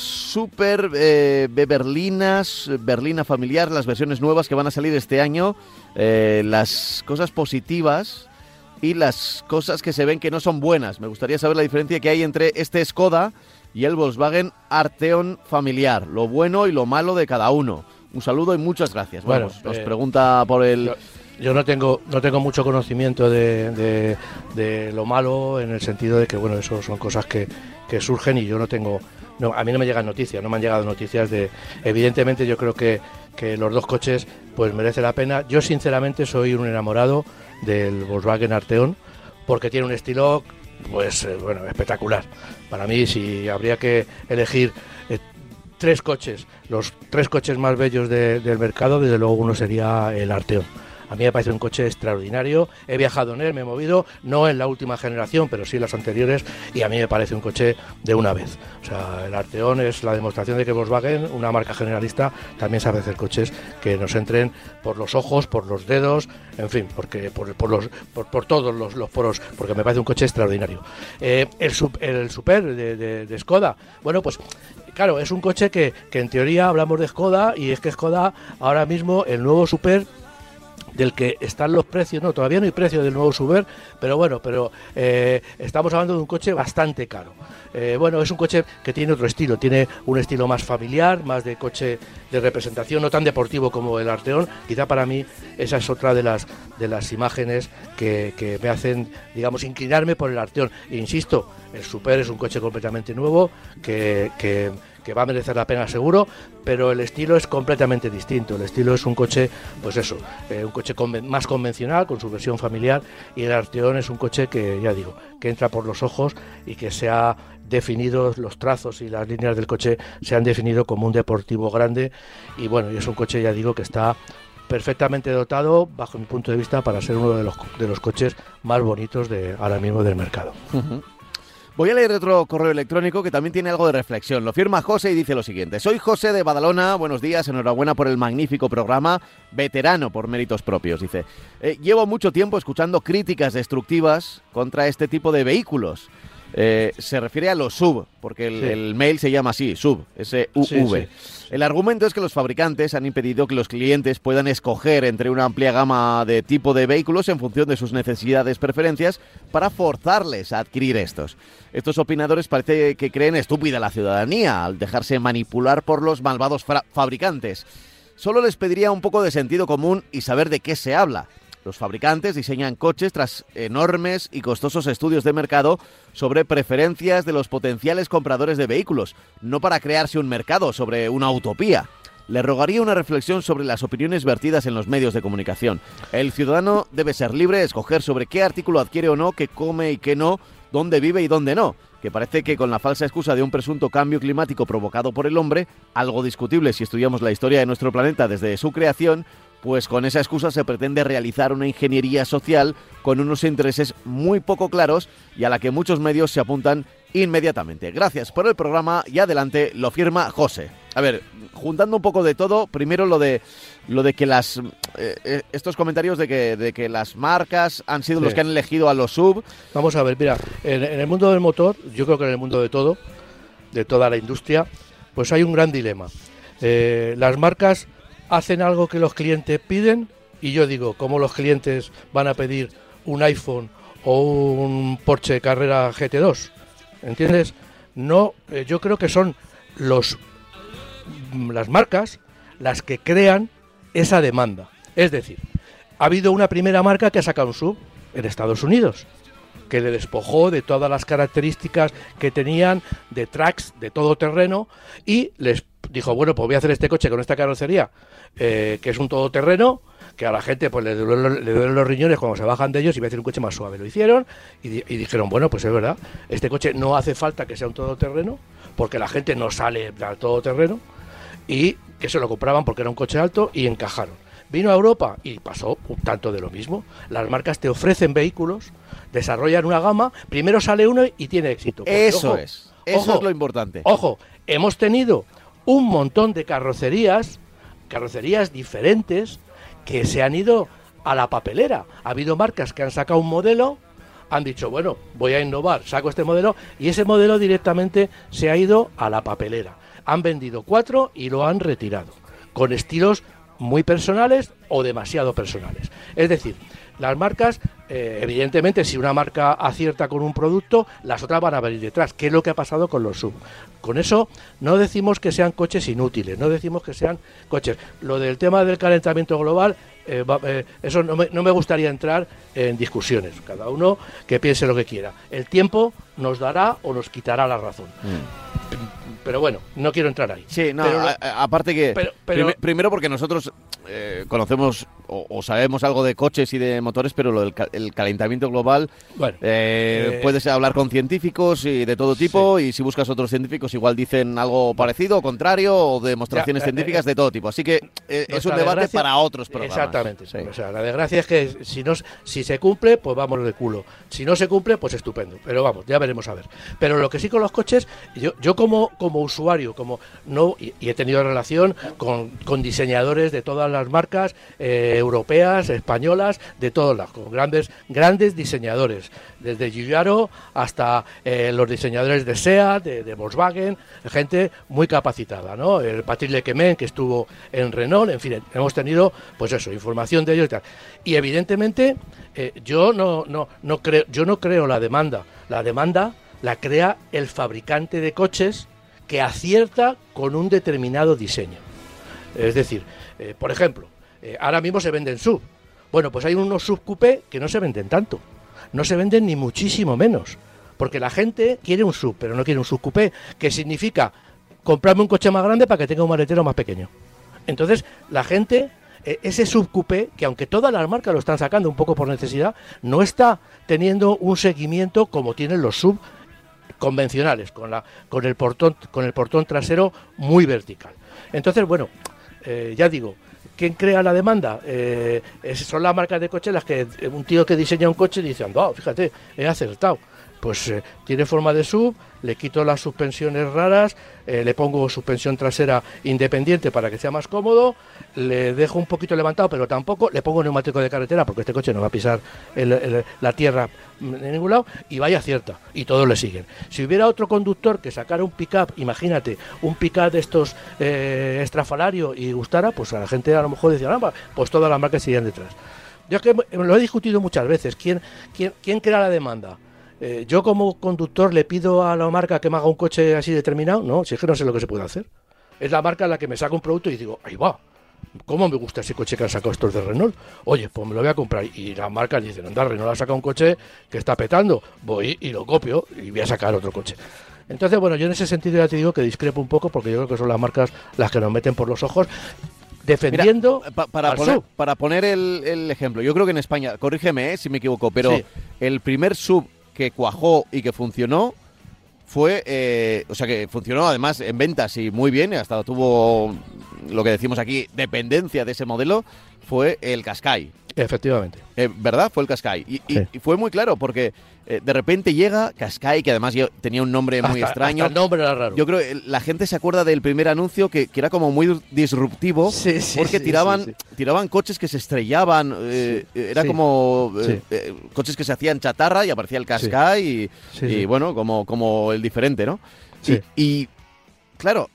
Super eh, Berlinas, Berlina familiar, las versiones nuevas que van a salir este año, eh, las cosas positivas y las cosas que se ven que no son buenas. Me gustaría saber la diferencia que hay entre este Skoda y el Volkswagen Arteon familiar, lo bueno y lo malo de cada uno. Un saludo y muchas gracias. Bueno, Vamos, nos eh, pregunta por el... Yo, yo no tengo no tengo mucho conocimiento de, de, de lo malo, en el sentido de que, bueno, eso son cosas que, que surgen y yo no tengo... No, a mí no me llegan noticias, no me han llegado noticias de... Evidentemente yo creo que, que los dos coches pues merece la pena. Yo sinceramente soy un enamorado del Volkswagen Arteon porque tiene un estilo pues eh, bueno, espectacular. Para mí, si habría que elegir eh, tres coches, los tres coches más bellos de, del mercado, desde luego uno sería el Arteon. A mí me parece un coche extraordinario, he viajado en él, me he movido, no en la última generación, pero sí en las anteriores, y a mí me parece un coche de una vez. O sea, el Arteon es la demostración de que Volkswagen, una marca generalista, también sabe hacer coches que nos entren por los ojos, por los dedos, en fin, porque por, por, los, por, por todos los, los poros, porque me parece un coche extraordinario. Eh, el, el Super de, de, de Skoda, bueno, pues... Claro, es un coche que, que en teoría hablamos de Skoda, y es que Skoda ahora mismo, el nuevo Super del que están los precios, no, todavía no hay precio del nuevo Super, pero bueno, pero eh, estamos hablando de un coche bastante caro. Eh, bueno, es un coche que tiene otro estilo, tiene un estilo más familiar, más de coche de representación, no tan deportivo como el Arteon. Quizá para mí esa es otra de las de las imágenes que, que me hacen, digamos, inclinarme por el Arteon. E insisto, el Super es un coche completamente nuevo que... que que va a merecer la pena seguro, pero el estilo es completamente distinto. El estilo es un coche, pues eso, eh, un coche conven- más convencional, con su versión familiar, y el Arteon es un coche que, ya digo, que entra por los ojos y que se ha definido, los trazos y las líneas del coche se han definido como un deportivo grande, y bueno, y es un coche, ya digo, que está perfectamente dotado, bajo mi punto de vista, para ser uno de los, de los coches más bonitos de ahora mismo del mercado. Uh-huh. Voy a leer otro correo electrónico que también tiene algo de reflexión. Lo firma José y dice lo siguiente. Soy José de Badalona, buenos días, enhorabuena por el magnífico programa, veterano por méritos propios, dice. Eh, llevo mucho tiempo escuchando críticas destructivas contra este tipo de vehículos. Eh, se refiere a los S U V, porque el, sí. el mail se llama así, S U V, S U V. Sí, sí. El argumento es que los fabricantes han impedido que los clientes puedan escoger entre una amplia gama de tipo de vehículos en función de sus necesidades, preferencias, para forzarles a adquirir estos. Estos opinadores parece que creen estúpida la ciudadanía al dejarse manipular por los malvados fra- fabricantes. Solo les pediría un poco de sentido común y saber de qué se habla. Los fabricantes diseñan coches tras enormes y costosos estudios de mercado sobre preferencias de los potenciales compradores de vehículos, no para crearse un mercado sobre una utopía. Le rogaría una reflexión sobre las opiniones vertidas en los medios de comunicación. El ciudadano debe ser libre de escoger sobre qué artículo adquiere o no, qué come y qué no, dónde vive y dónde no, que parece que con la falsa excusa de un presunto cambio climático provocado por el hombre, algo discutible si estudiamos la historia de nuestro planeta desde su creación, pues con esa excusa se pretende realizar una ingeniería social con unos intereses muy poco claros y a la que muchos medios se apuntan inmediatamente. Gracias por el programa y adelante, lo firma José. A ver, juntando un poco de todo, primero lo de lo de que las eh, estos comentarios de que de que las marcas han sido sí. los que han elegido a los S U V. Vamos a ver, mira, en, en el mundo del motor, yo creo que en el mundo de todo, de toda la industria, pues hay un gran dilema. Eh, las marcas hacen algo que los clientes piden y yo digo, ¿cómo los clientes van a pedir un iPhone o un Porsche Carrera G T dos? ¿Entiendes? No, eh, yo creo que son los las marcas las que crean esa demanda. Es decir, ha habido una primera marca que ha sacado un S U V en Estados Unidos, que le despojó de todas las características que tenían de tracks, de todoterreno, y les dijo, bueno, pues voy a hacer este coche con esta carrocería, eh, que es un todoterreno, que a la gente pues le duelen, le duelen los riñones cuando se bajan de ellos, y voy a hacer un coche más suave. Lo hicieron y, y dijeron, bueno, pues es verdad, este coche no hace falta que sea un todoterreno, porque la gente no sale al todoterreno, y que se lo compraban porque era un coche alto y encajaron. Vino a Europa y pasó un tanto de lo mismo. Las marcas te ofrecen vehículos, desarrollan una gama, primero sale uno y tiene éxito. Porque, eso ojo, es, eso ojo, es lo importante. Ojo, hemos tenido un montón de carrocerías, carrocerías diferentes, que se han ido a la papelera. Ha habido marcas que han sacado un modelo, han dicho, bueno, voy a innovar, saco este modelo, y ese modelo directamente se ha ido a la papelera. Han vendido cuatro y lo han retirado, con estilos muy personales o demasiado personales. Es decir, las marcas, eh, evidentemente, si una marca acierta con un producto, las otras van a venir detrás. ¿Qué es lo que ha pasado con los sub? Con eso no decimos que sean coches inútiles, no decimos que sean coches. Lo del tema del calentamiento global, eh, va, eh, eso no me, no me gustaría entrar en discusiones. Cada uno que piense lo que quiera. El tiempo nos dará o nos quitará la razón. Mm. Pero bueno, no quiero entrar ahí. Sí, no, pero, a, a, aparte que... Pero, pero, prim primero porque nosotros eh, conocemos o, o sabemos algo de coches y de motores, pero lo del ca el calentamiento global, bueno, eh, eh, puedes hablar con científicos y de todo tipo, sí. Y si buscas otros científicos igual dicen algo parecido o contrario, o demostraciones ya, científicas eh, de todo tipo. Así que eh, es un debate desgracia, para otros programas. Exactamente. Sí. O sea, la desgracia es que si, no, si se cumple, pues vamos de culo. Si no se cumple, pues estupendo. Pero vamos, ya veremos a ver. Pero lo que sí con los coches, yo, yo como, como usuario, como no y, y he tenido relación con, con diseñadores de todas las marcas eh, europeas, españolas, de todos lados, con grandes grandes diseñadores, desde Giugiaro hasta eh, los diseñadores de SEAT, de, de Volkswagen, gente muy capacitada, ¿no? El Patrick Lequemen, que estuvo en Renault, en fin, hemos tenido, pues eso, información de ellos y tal. Y evidentemente eh, yo no no no creo yo no creo la demanda, la demanda la crea el fabricante de coches que acierta con un determinado diseño. Es decir, eh, por ejemplo, eh, ahora mismo se venden sub. Bueno, pues hay unos sub coupé que no se venden tanto. No se venden ni muchísimo menos. Porque la gente quiere un sub, pero no quiere un sub coupé, que significa comprarme un coche más grande para que tenga un maletero más pequeño. Entonces, la gente, eh, ese sub coupé, que aunque todas las marcas lo están sacando un poco por necesidad, no está teniendo un seguimiento como tienen los sub convencionales, con la con el portón con el portón trasero muy vertical. Entonces, bueno, eh, ya digo, ¿quién crea la demanda? Eh, son las marcas de coches las que un tío que diseña un coche dice, anda, oh, fíjate, he acertado. Pues eh, tiene forma de sub, le quito las suspensiones raras, eh, le pongo suspensión trasera independiente para que sea más cómodo, le dejo un poquito levantado, pero tampoco, le pongo neumático de carretera porque este coche no va a pisar el, el, la tierra de ningún lado, y vaya cierta, y todos le siguen. Si hubiera otro conductor que sacara un pick-up, imagínate, un pick-up de estos eh, estrafalario y gustara, pues a la gente a lo mejor decía, ah, pues todas las marcas irían detrás. Yo es que lo he discutido muchas veces, ¿quién, quién, quién crea la demanda? Eh, yo como conductor le pido a la marca que me haga un coche así determinado, no, si es que no sé lo que se puede hacer. Es la marca la que me saca un producto y digo, ahí va, ¿cómo me gusta ese coche que han sacado estos de Renault? Oye, pues me lo voy a comprar. Y las marcas dicen, anda, Renault ha sacado un coche que está petando, voy y lo copio y voy a sacar otro coche. Entonces, bueno, yo en ese sentido ya te digo que discrepo un poco, porque yo creo que son las marcas las que nos meten por los ojos, defendiendo. Mira, pa para, poner, para poner el, el ejemplo, yo creo que en España, corrígeme eh, si me equivoco, pero sí, el primer sub que cuajó y que funcionó fue, eh, o sea que funcionó además en ventas y muy bien, hasta tuvo lo que decimos aquí, dependencia de ese modelo, fue el Qashqai. Efectivamente. Eh, ¿Verdad? Fue el Qashqai. Y, sí. y, y fue muy claro, porque eh, de repente llega Qashqai, que además yo, tenía un nombre muy hasta, extraño. Hasta el nombre era raro. Yo creo que la gente se acuerda del primer anuncio que, que era como muy disruptivo, sí, sí, porque sí, tiraban, sí, sí. tiraban coches que se estrellaban. Eh, sí, era sí, como eh, sí. eh, coches que se hacían chatarra y aparecía el Qashqai sí. y, sí, y sí. bueno, como, como el diferente, ¿no? Sí. Y, y claro,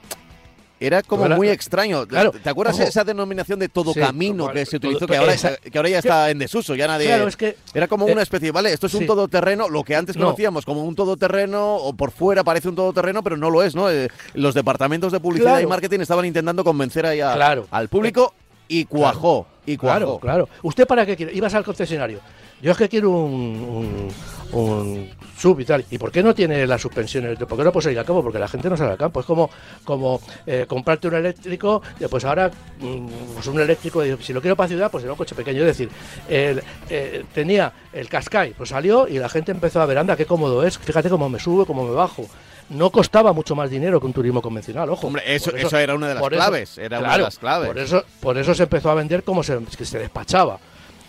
era como era, muy extraño. Claro, ¿te acuerdas ojo, esa denominación de todo sí, camino como, que se utilizó, todo, que, ahora, esa, que ahora ya está en desuso? Ya nadie. Claro, es que, era como eh, una especie, vale, esto es sí. un todoterreno, lo que antes no. conocíamos como un todoterreno, o por fuera parece un todoterreno, pero no lo es, ¿no? Eh, los departamentos de publicidad claro. y marketing estaban intentando convencer ahí a, claro. al público y cuajó. Claro. Y cuajó. Claro, claro. ¿Usted para qué quiere? Ibas al concesionario. Yo es que quiero un, un, un sub y tal. ¿Y por qué no tiene las suspensiones? ¿Por qué no puedes ir al campo? Porque la gente no sale al campo. Es como, como eh, comprarte un eléctrico, pues ahora pues un eléctrico, si lo quiero para ciudad, pues era un coche pequeño. Es decir, el, eh, tenía el Qashqai, pues salió y la gente empezó a ver, anda, qué cómodo es, fíjate cómo me sube, cómo me bajo. No costaba mucho más dinero que un turismo convencional, ojo. Hombre, eso, eso, eso era una de las claves. Eso, era claro, una de las claves. Por eso, por eso se empezó a vender como se, que se despachaba.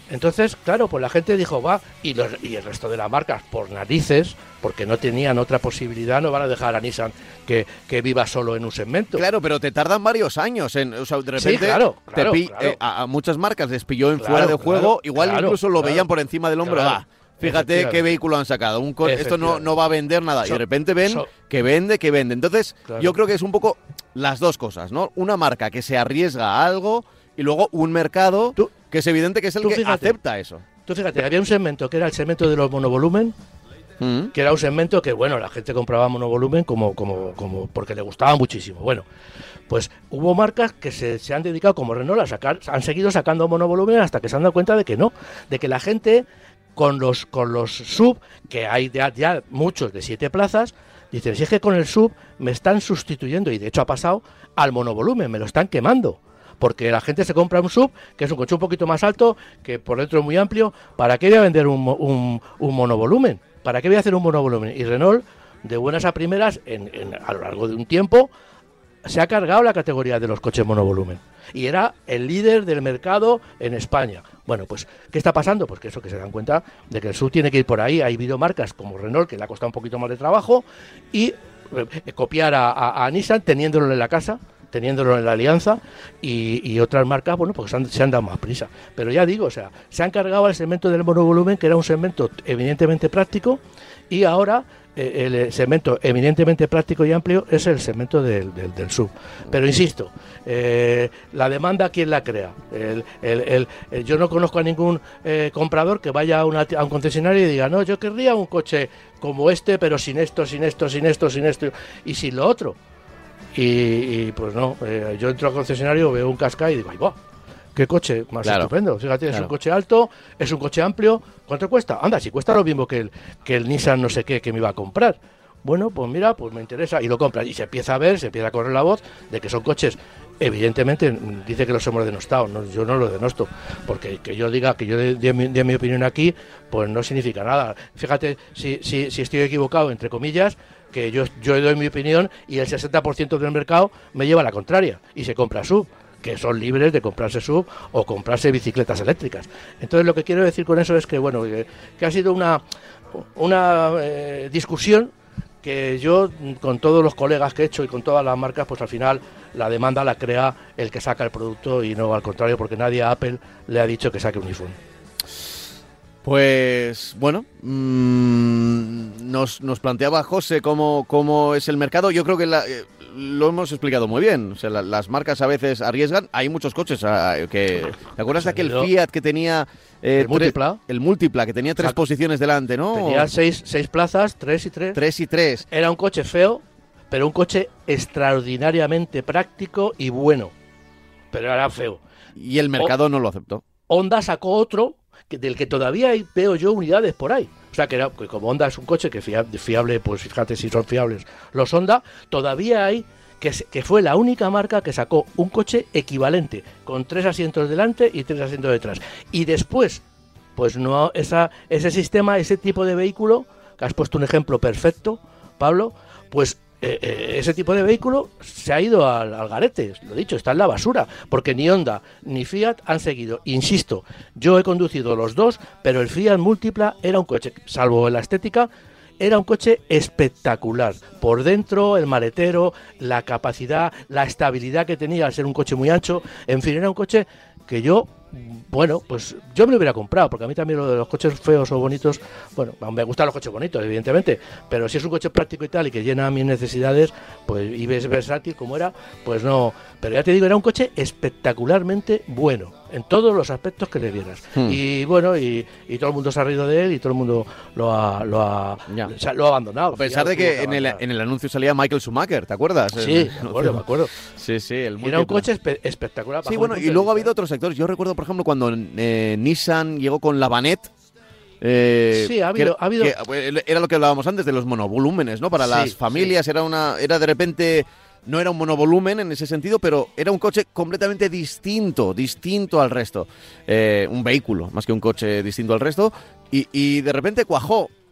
Entonces, claro, pues la gente dijo, va, y, los, y el resto de las marcas, por narices, porque no tenían otra posibilidad, no van a dejar a Nissan que, que viva solo en un segmento. Claro, pero te tardan varios años. En, o sea, de repente, sí, claro, claro, te pi- claro. Eh, a, a muchas marcas les pilló en Claro, fuera de juego, claro, igual claro, incluso lo claro, veían por encima del hombro. claro, Ah, fíjate qué vehículo han sacado. Un co- esto no, no va a vender nada. So, y de repente ven so, que vende, que vende. Entonces, claro. yo creo que es un poco las dos cosas, ¿no? Una marca que se arriesga a algo y luego un mercado tú, que es evidente que es el que fíjate, acepta eso. Tú fíjate, había un segmento que era el segmento de los monovolumen, mm. que era un segmento que, bueno, la gente compraba monovolumen como, como, como porque le gustaba muchísimo. Bueno, pues hubo marcas que se, se han dedicado, como Renault, a sacar, han seguido sacando monovolumen hasta que se han dado cuenta de que no, de que la gente con los con los sub, que hay ya, ya muchos de siete plazas, dicen, si es que con el sub me están sustituyendo, y de hecho ha pasado al monovolumen, me lo están quemando. Porque la gente se compra un sub, que es un coche un poquito más alto, que por dentro es muy amplio. ¿Para qué voy a vender un, un, un monovolumen? ¿Para qué voy a hacer un monovolumen? Y Renault, de buenas a primeras, en, en, a lo largo de un tiempo, se ha cargado la categoría de los coches monovolumen. Y era el líder del mercado en España. Bueno, pues, ¿qué está pasando? Pues que eso, que se dan cuenta de que el sub tiene que ir por ahí. Ha habido marcas como Renault, que le ha costado un poquito más de trabajo, y eh, copiar a, a, a Nissan teniéndolo en la casa, teniéndolo en la alianza, y, y otras marcas, bueno, pues se han, se han dado más prisa. Pero ya digo, o sea, se han cargado al segmento del monovolumen, que era un segmento evidentemente práctico, y ahora eh, el segmento eminentemente práctico y amplio es el segmento del, del, del sub. Pero insisto, eh, la demanda, ¿quién la crea? El, el, el, el, yo no conozco a ningún eh, comprador que vaya a, una, a un concesionario y diga, no, yo querría un coche como este, pero sin esto, sin esto, sin esto, sin esto y sin lo otro. Y, y pues no, eh, yo entro al concesionario, veo un Qashqai y digo, ¡ay, va! ¡Qué coche más claro, estupendo! Fíjate, claro. Es un coche alto, es un coche amplio. ¿Cuánto cuesta? Anda, si cuesta lo mismo que el, que el Nissan no sé qué que me iba a comprar. Bueno, pues mira, pues me interesa. Y lo compras. Y se empieza a ver, se empieza a correr la voz de que son coches, evidentemente, dice que los hemos denostado. No, yo no los denosto. Porque que yo diga que yo dé de, de, de mi opinión aquí, pues no significa nada. Fíjate, si, si, si estoy equivocado, entre comillas, que yo, yo doy mi opinión y el sesenta por ciento del mercado me lleva a la contraria y se compra sub, que son libres de comprarse sub o comprarse bicicletas eléctricas. Entonces lo que quiero decir con eso es que, bueno, que, que ha sido una, una eh, discusión que yo, con todos los colegas que he hecho y con todas las marcas, pues al final la demanda la crea el que saca el producto y no al contrario, porque nadie a Apple le ha dicho que saque un iPhone. Pues bueno, mmm, nos, nos planteaba José cómo, cómo es el mercado. Yo creo que la, eh, lo hemos explicado muy bien. O sea, la, las marcas a veces arriesgan. Hay muchos coches eh, que... ¿Te acuerdas de aquel Fiat que tenía... Eh, el Multipla. El Multipla, que tenía tres o sea, posiciones delante, ¿no? Tenía seis, seis plazas, tres y tres. Tres y tres. Era un coche feo, pero un coche extraordinariamente práctico y bueno. Pero era feo. Y el mercado o, no lo aceptó. Honda sacó otro... del que todavía hay, veo yo unidades por ahí. O sea, que, era, que como Honda es un coche que fiable, fiable, pues fíjate si son fiables los Honda, todavía hay, que, que fue la única marca que sacó un coche equivalente, con tres asientos delante y tres asientos detrás. Y después, pues no, esa, ese sistema, ese tipo de vehículo, que has puesto un ejemplo perfecto, Pablo, pues Eh, eh, ese tipo de vehículo se ha ido al, al garete, lo dicho, está en la basura, porque ni Honda ni Fiat han seguido. Insisto, yo he conducido los dos, pero el Fiat Multipla era un coche, salvo la estética, era un coche espectacular. Por dentro, el maletero, la capacidad, la estabilidad que tenía al ser un coche muy ancho, en fin, era un coche que yo, bueno, pues yo me lo hubiera comprado, porque a mí también lo de los coches feos o bonitos, bueno, me gustan los coches bonitos, evidentemente, pero si es un coche práctico y tal y que llena mis necesidades, pues y ves versátil como era, pues no, pero ya te digo, era un coche espectacularmente bueno, en todos los aspectos que le vieras. Hmm. Y bueno, y, y todo el mundo se ha reído de él y todo el mundo lo ha, lo ha, lo ha abandonado. A pesar de que en el, en el anuncio salía Michael Schumacher, ¿te acuerdas? Sí, me acuerdo, me acuerdo. Sí, sí, el Era un coche espe espectacular. Sí, bueno, y luego ha habido otros sectores. Yo recuerdo, por ejemplo, cuando eh, Nissan llegó con la Vanette. Eh, sí, ha habido, que, ha habido... que era lo que hablábamos antes de los monovolúmenes, ¿no? Para sí, las familias sí. era una, era de repente, no era un monovolumen en ese sentido, pero era un coche completamente distinto, distinto al resto. Eh, un vehículo, más que un coche distinto al resto, y, y de repente cuajó.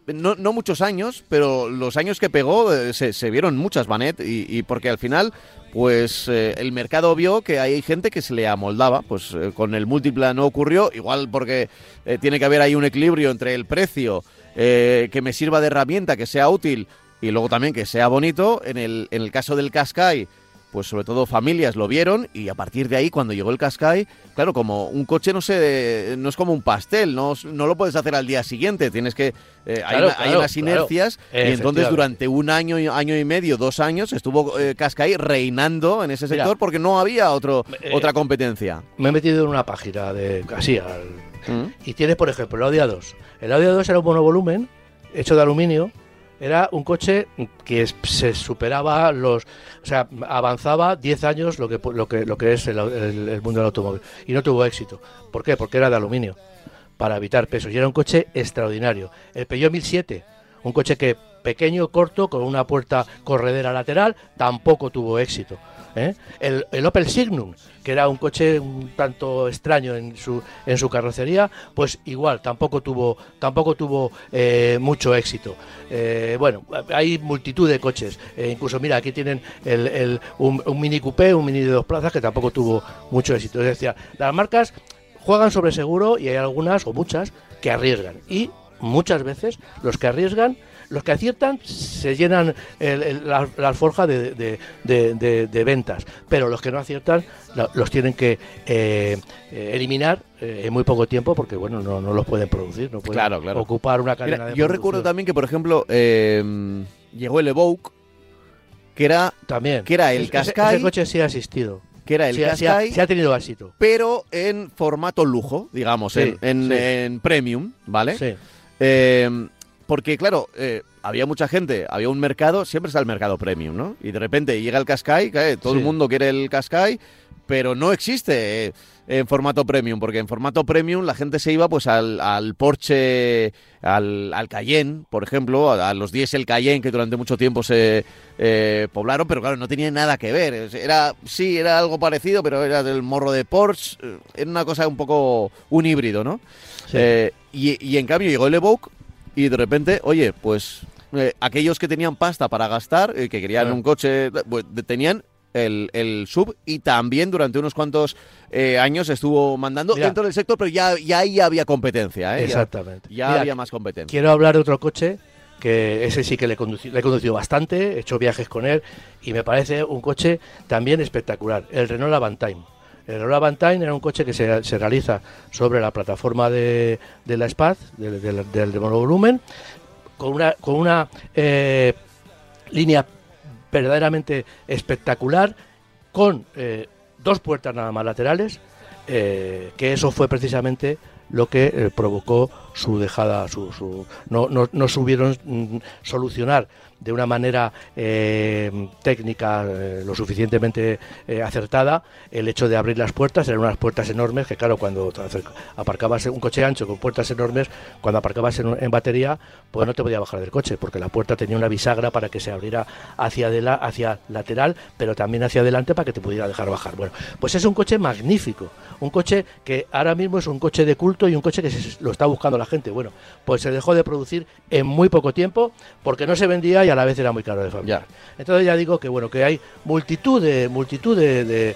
no, no muchos años, pero los años que pegó eh, se, se vieron muchas Banet y, y porque al final pues eh, el mercado vio que hay gente que se le amoldaba, pues eh, con el Multipla no ocurrió, igual porque eh, tiene que haber ahí un equilibrio entre el precio, eh, que me sirva de herramienta, que sea útil y luego también que sea bonito. En el, en el caso del Qashqai, pues sobre todo familias lo vieron y a partir de ahí cuando llegó el Qashqai, claro, como un coche no se, no es como un pastel, no, no lo puedes hacer al día siguiente, tienes que, eh, claro, hay, una, claro, hay unas inercias claro. Y entonces durante un año, año y medio, dos años estuvo eh, Qashqai reinando en ese sector. Mira, porque no había otro, eh, otra competencia. Me he metido en una página de así al, ¿Mm? y tienes por ejemplo el Audi A dos. El Audi A dos era un monovolumen hecho de aluminio. Era un coche que se superaba los, o sea, avanzaba diez años lo que lo que lo que es el, el, el mundo del automóvil y no tuvo éxito. ¿Por qué? Porque era de aluminio para evitar pesos y era un coche extraordinario. El Peugeot mil siete, un coche que pequeño, corto, con una puerta corredera lateral, tampoco tuvo éxito. ¿Eh? El, el Opel Signum, que era un coche un tanto extraño en su en su carrocería, pues igual tampoco tuvo tampoco tuvo eh, mucho éxito. Eh, bueno, hay multitud de coches. Eh, incluso mira, aquí tienen el, el un, un Mini Coupé, un Mini de dos plazas que tampoco tuvo mucho éxito. Es decir, las marcas juegan sobre seguro y hay algunas o muchas que arriesgan y muchas veces los que arriesgan, los que aciertan se llenan el, el, la, la alforja de, de, de, de, de ventas, pero los que no aciertan la, los tienen que eh, eh, eliminar eh, en muy poco tiempo porque bueno no, no los pueden producir, no pueden claro, claro. ocupar una cadena. Mira, de yo producción. recuerdo también que por ejemplo eh, llegó el Evoque, que era también que era el ese, Qashqai, ese coche sí ha existido. que era el sí, Qashqai, sí ha, sí ha tenido éxito, pero en formato lujo, digamos, sí, en, en, sí. en premium, ¿vale? Sí. Eh, porque, claro, eh, había mucha gente, había un mercado, siempre está el mercado premium, ¿no? Y de repente llega el Qashqai, que todo sí. el mundo quiere el Qashqai, pero no existe eh, en formato premium, porque en formato premium la gente se iba pues al, al Porsche, al, al Cayenne, por ejemplo, a, a los diésel Cayenne que durante mucho tiempo se eh, poblaron, pero claro, no tenía nada que ver. Era, sí, era algo parecido, pero era del morro de Porsche, era una cosa un poco un híbrido, ¿no? Sí. Eh, y, y en cambio llegó el Evoque y de repente, oye, pues eh, aquellos que tenían pasta para gastar, eh, que querían sí. un coche, pues, tenían el, el sub y también durante unos cuantos eh, años estuvo mandando Mira, dentro del sector, pero ya, ya ahí había competencia. ¿eh? Exactamente. Ya, ya Mira, había más competencia. Quiero hablar de otro coche que ese sí que le, conduci- le he conducido bastante, he hecho viajes con él y me parece un coche también espectacular, el Renault Avantime. El Renault Avantime era un coche que se, se realiza sobre la plataforma de, de la S P A C, del de, de, de monovolumen, con una, con una eh, línea verdaderamente espectacular, con eh, dos puertas nada más laterales, eh, que eso fue precisamente lo que eh, provocó su dejada, su, su no, no, no supieron mm, solucionar de una manera eh, técnica eh, lo suficientemente eh, acertada el hecho de abrir las puertas. Eran unas puertas enormes que claro, cuando aparcabas un coche ancho con puertas enormes, cuando aparcabas en, en batería, pues no te podía bajar del coche, porque la puerta tenía una bisagra para que se abriera hacia, de la, hacia lateral, pero también hacia adelante para que te pudiera dejar bajar. Bueno, pues es un coche magnífico, un coche que ahora mismo es un coche de culto y un coche que se, lo está buscando la gente. Bueno, pues se dejó de producir en muy poco tiempo porque no se vendía y a la vez era muy caro de fabricar. Ya. Entonces ya digo que bueno, que hay multitud de multitud de, de,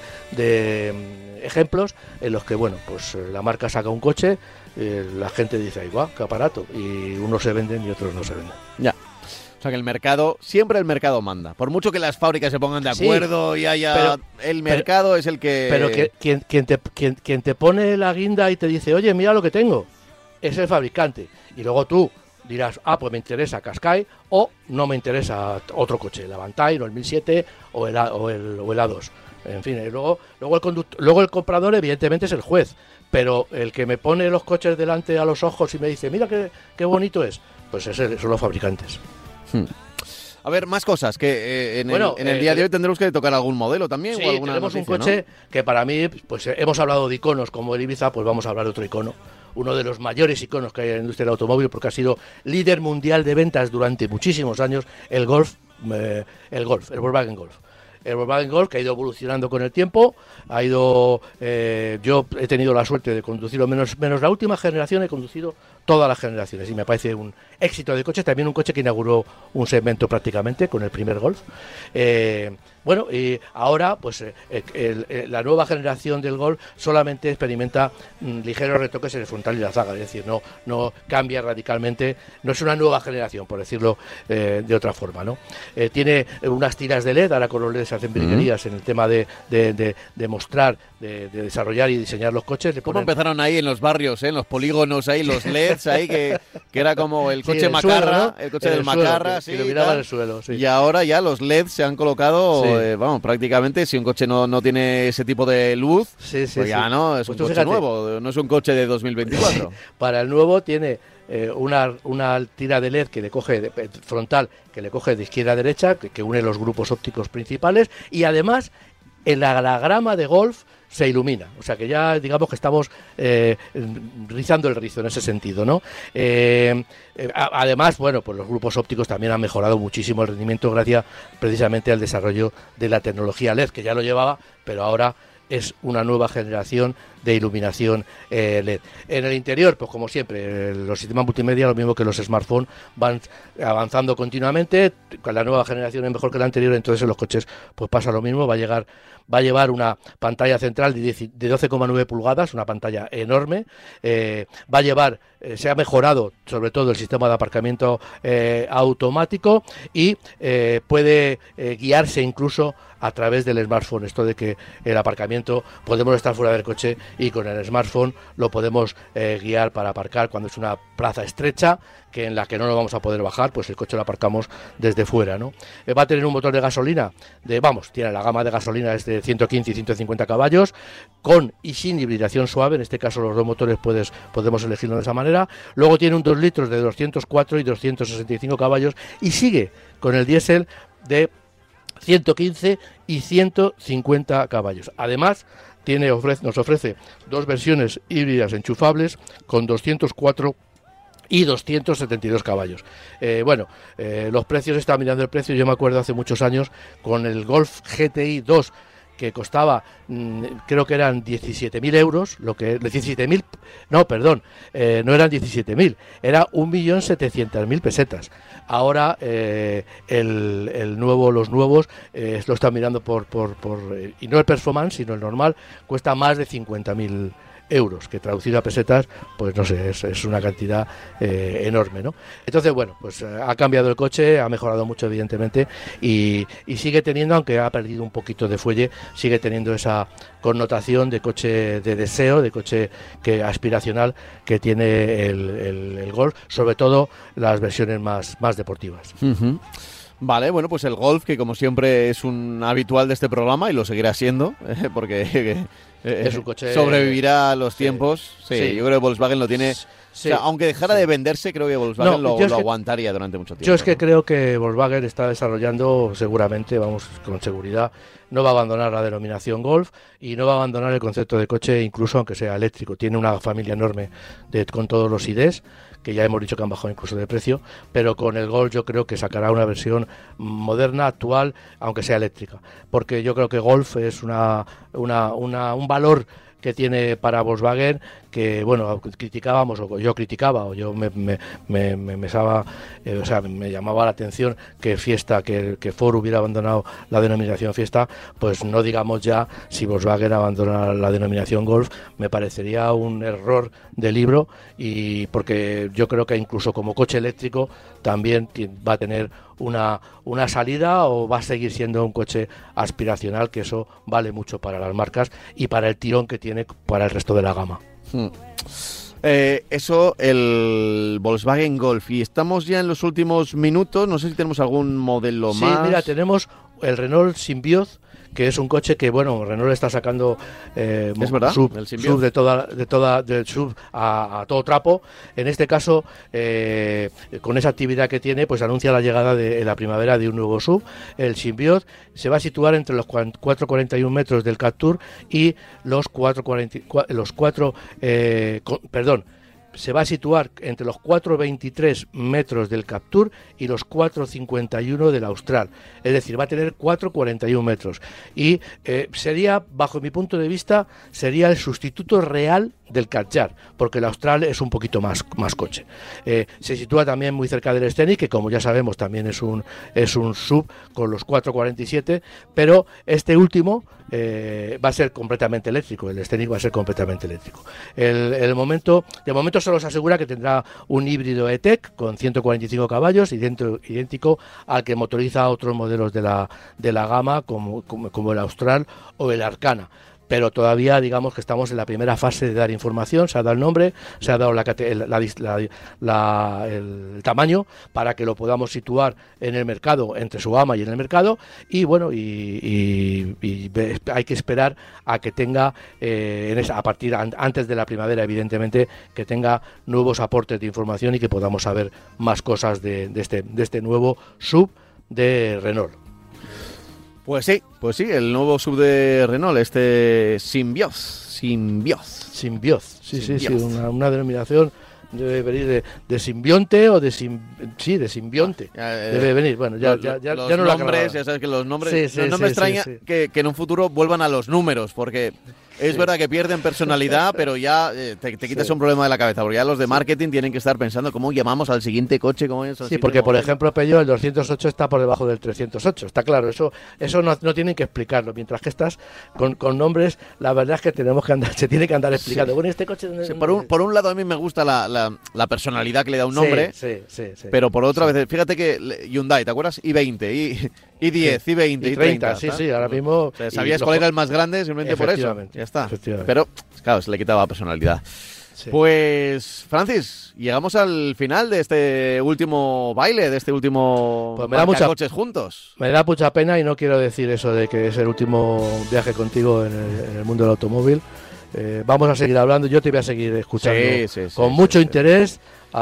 de um, ejemplos en los que bueno, pues la marca saca un coche, eh, la gente dice, ay, guau, qué aparato, y unos se venden y otros no se venden. Ya. O sea que el mercado, siempre el mercado manda. Por mucho que las fábricas se pongan de acuerdo sí, y haya... Pero, el mercado pero, es el que... Pero que, quien, quien, te, quien, quien te pone la guinda y te dice, oye, mira lo que tengo, es el fabricante. Y luego tú dirás, ah, pues me interesa Qashqai o no me interesa otro coche, el Avantime o el mil siete o el, A, o el, o el A dos. En fin, y luego, luego, el conductor, luego el comprador evidentemente es el juez, pero el que me pone los coches delante a los ojos y me dice, mira qué, qué bonito es, pues ese son los fabricantes. Hmm. A ver, más cosas que eh, en, bueno, el, en el eh, día de hoy tendremos que tocar algún modelo también. Sí, o alguna tenemos noticia, un coche ¿no? que para mí, pues hemos hablado de iconos como el Ibiza, pues vamos a hablar de otro icono. Uno de los mayores iconos que hay en la industria del automóvil, porque ha sido líder mundial de ventas durante muchísimos años, el Golf, eh, el Golf, el Volkswagen Golf. El Volkswagen Golf, que ha ido evolucionando con el tiempo, ha ido, eh, yo he tenido la suerte de conducirlo, menos, menos la última generación he conducido todas las generaciones, y me parece un éxito de coche, también un coche que inauguró un segmento prácticamente con el primer Golf. Eh, bueno, y ahora pues eh, el, el, la nueva generación del Golf solamente experimenta mm, ligeros retoques en el frontal y la zaga, es decir, no, no cambia radicalmente, no es una nueva generación, por decirlo eh, de otra forma, ¿no? Eh, tiene unas tiras de L E D, ahora con los L E D se hacen virguerías uh-huh. en el tema de, de, de, de mostrar, de, de desarrollar y diseñar los coches. Le ¿Cómo ponen... empezaron ahí en los barrios, eh, en los polígonos ahí, los L E Ds ahí, que, que era como el coche sí, el macarra, suelo, ¿no? el coche el del suelo, macarra, que, sí, que lo miraba en el suelo, sí. Y ahora ya los L E Ds se han colocado, sí. eh, vamos, prácticamente, si un coche no, no tiene ese tipo de luz, sí, sí, pues ya sí. no, es pues un coche fíjate, nuevo, no es un coche de dos mil veinticuatro. Sí. Para el nuevo tiene eh, una, una tira de L E D que le coge de, frontal, que le coge de izquierda a derecha, que, que une los grupos ópticos principales, y además el anagrama de Golf se ilumina, o sea que ya digamos que estamos eh, rizando el rizo en ese sentido, ¿no? Eh, eh, además, bueno, pues los grupos ópticos también han mejorado muchísimo el rendimiento gracias precisamente al desarrollo de la tecnología L E D, que ya lo llevaba, pero ahora es una nueva generación de iluminación eh, L E D. En el interior, pues como siempre, los sistemas multimedia, lo mismo que los smartphones, van avanzando continuamente. Con la nueva generación es mejor que la anterior, entonces en los coches pues pasa lo mismo. Va a llegar, va a llevar una pantalla central de doce coma nueve pulgadas, una pantalla enorme. Eh, va a llevar, eh, se ha mejorado sobre todo el sistema de aparcamiento eh, automático y eh, puede eh, guiarse incluso a través del smartphone. Esto de que el aparcamiento, podemos estar fuera del coche y con el smartphone lo podemos eh, guiar para aparcar cuando es una plaza estrecha, que en la que no lo vamos a poder bajar, pues el coche lo aparcamos desde fuera, ¿no? Eh, va a tener un motor de gasolina, de vamos, tiene la gama de gasolina es de ciento quince y ciento cincuenta caballos, con y sin hibridación suave, en este caso los dos motores puedes, podemos elegirlo de esa manera. Luego tiene un dos litros de doscientos cuatro y doscientos sesenta y cinco caballos, y sigue con el diésel de ciento quince y ciento cincuenta caballos. Además, tiene, ofrece, nos ofrece dos versiones híbridas enchufables con doscientos cuatro y doscientos setenta y dos caballos. Eh, bueno, eh, los precios, estaba mirando el precio, yo me acuerdo hace muchos años con el Golf G T I dos, que costaba, mmm, creo que eran diecisiete mil euros, lo que diecisiete mil, no, perdón, eh, no eran diecisiete mil, era un millón setecientos mil pesetas. Ahora eh, el, el nuevo, los nuevos, eh, lo están mirando por, por, por eh, y no el Performance, sino el normal, cuesta más de cincuenta mil euros, que traducido a pesetas, pues no sé, es, es una cantidad eh, enorme, ¿no? Entonces, bueno, pues eh, ha cambiado el coche, ha mejorado mucho, evidentemente, y, y sigue teniendo, aunque ha perdido un poquito de fuelle, sigue teniendo esa connotación de coche de deseo, de coche que aspiracional que tiene el, el, el Golf, sobre todo las versiones más, más deportivas. Uh-huh. Vale, bueno, pues el Golf, que como siempre es un habitual de este programa y lo seguirá siendo, eh, porque eh, es un coche, sobrevivirá a los sí, tiempos. Sí, sí, yo creo que Volkswagen lo tiene. Sí, o sea, aunque dejara sí. de venderse, creo que Volkswagen no, lo, lo aguantaría que, durante mucho tiempo. Yo es que ¿no? creo que Volkswagen está desarrollando, seguramente, vamos, con seguridad, no va a abandonar la denominación Golf y no va a abandonar el concepto de coche, incluso aunque sea eléctrico. Tiene una familia enorme de, con todos los I Ds, que ya hemos dicho que han bajado incluso de precio, pero con el Golf yo creo que sacará una versión moderna, actual, aunque sea eléctrica, porque yo creo que Golf es una, una, una un valor que tiene para Volkswagen, que bueno, criticábamos, o yo criticaba, o yo me me, me, me, me estaba, eh, o sea, me llamaba la atención que Fiesta, que, que Ford hubiera abandonado la denominación Fiesta, pues no digamos ya si Volkswagen abandona la denominación Golf, me parecería un error de libro, y porque yo creo que incluso como coche eléctrico también va a tener una, una salida, o va a seguir siendo un coche aspiracional, que eso vale mucho para las marcas y para el tirón que tiene para el resto de la gama. Hmm. Eh, eso, el Volkswagen Golf. Y estamos ya en los últimos minutos. No sé si tenemos algún modelo sí, más. Sí, mira, tenemos el Renault Symbiote, que es un coche que, bueno, Renault está sacando eh, ¿Es verdad? sub, sub de toda, de toda, del sub a, a todo trapo. En este caso, eh, con esa actividad que tiene, pues anuncia la llegada de en la primavera de un nuevo sub. El Symbiote se va a situar entre los cuatro cuarenta y uno metros del Captur y los cuatro cuarenta, los cuatro, eh, con, perdón, se va a situar entre los cuatro coma veintitrés metros del Captur y los cuatro coma cincuenta y uno del Austral. Es decir, va a tener cuatro coma cuarenta y uno metros. Y eh, sería, bajo mi punto de vista, sería el sustituto real del Kadjar, porque el Austral es un poquito más, más coche. Eh, se sitúa también muy cerca del Scenic, que como ya sabemos también es un, es un sub con los cuatro coma cuarenta y siete, pero este último eh, va a ser completamente eléctrico, el Scenic va a ser completamente eléctrico. El, el momento, de momento solo se asegura que tendrá un híbrido E-Tech con ciento cuarenta y cinco caballos, idéntico, idéntico al que motoriza otros modelos de la, de la gama, como, como, como el Austral o el Arcana. Pero todavía, digamos que estamos en la primera fase de dar información, se ha dado el nombre, se ha dado la, la, la, la, el tamaño para que lo podamos situar en el mercado, entre su gama y en el mercado, y bueno, y, y, y hay que esperar a que tenga, eh, en esa, a partir, antes de la primavera, evidentemente, que tenga nuevos aportes de información y que podamos saber más cosas de, de, este, de este nuevo sub de Renault. Pues sí, pues sí, el nuevo sub de Renault, este Symbioz, Symbioz. Symbioz, sí, sí, sí, una, una denominación debe venir de, de simbionte o de sim, sí, de simbionte. Ah, eh, debe venir, bueno, ya, los, ya, ya, los ya no nombres, ya sabes que los nombres, sí, sí, no, no sí, me extraña sí, sí. Que, que en un futuro vuelvan a los números, porque es sí. verdad que pierden personalidad, pero ya eh, te, te quitas sí. un problema de la cabeza, porque ya los de marketing sí. tienen que estar pensando cómo llamamos al siguiente coche, cómo es. Sí, porque por ejemplo Peugeot el doscientos ocho está por debajo del trescientos ocho, está claro, eso eso no, no tienen que explicarlo, mientras que estás con, con nombres, la verdad es que tenemos que andar, se tiene que andar explicando. Sí. Bueno, este coche sí, por un por un lado a mí me gusta la, la, la personalidad que le da un nombre, sí, sí, sí, sí. pero por otra sí. vez, fíjate que Hyundai, ¿te acuerdas? i veinte, i i diez, sí. i veinte, i treinta, sí, sí, ahora mismo. O sea, sabías cuál era el más grande simplemente por eso. Ya está. Pero claro, se le quitaba personalidad. Sí. Pues, Francis, llegamos al final de este último baile, de este último pues me da mucha, coches juntos. Me da mucha pena y no quiero decir eso de que es el último viaje contigo en el, en el mundo del automóvil. Eh, vamos a seguir hablando, yo te voy a seguir escuchando sí, sí, sí, con sí, mucho sí, interés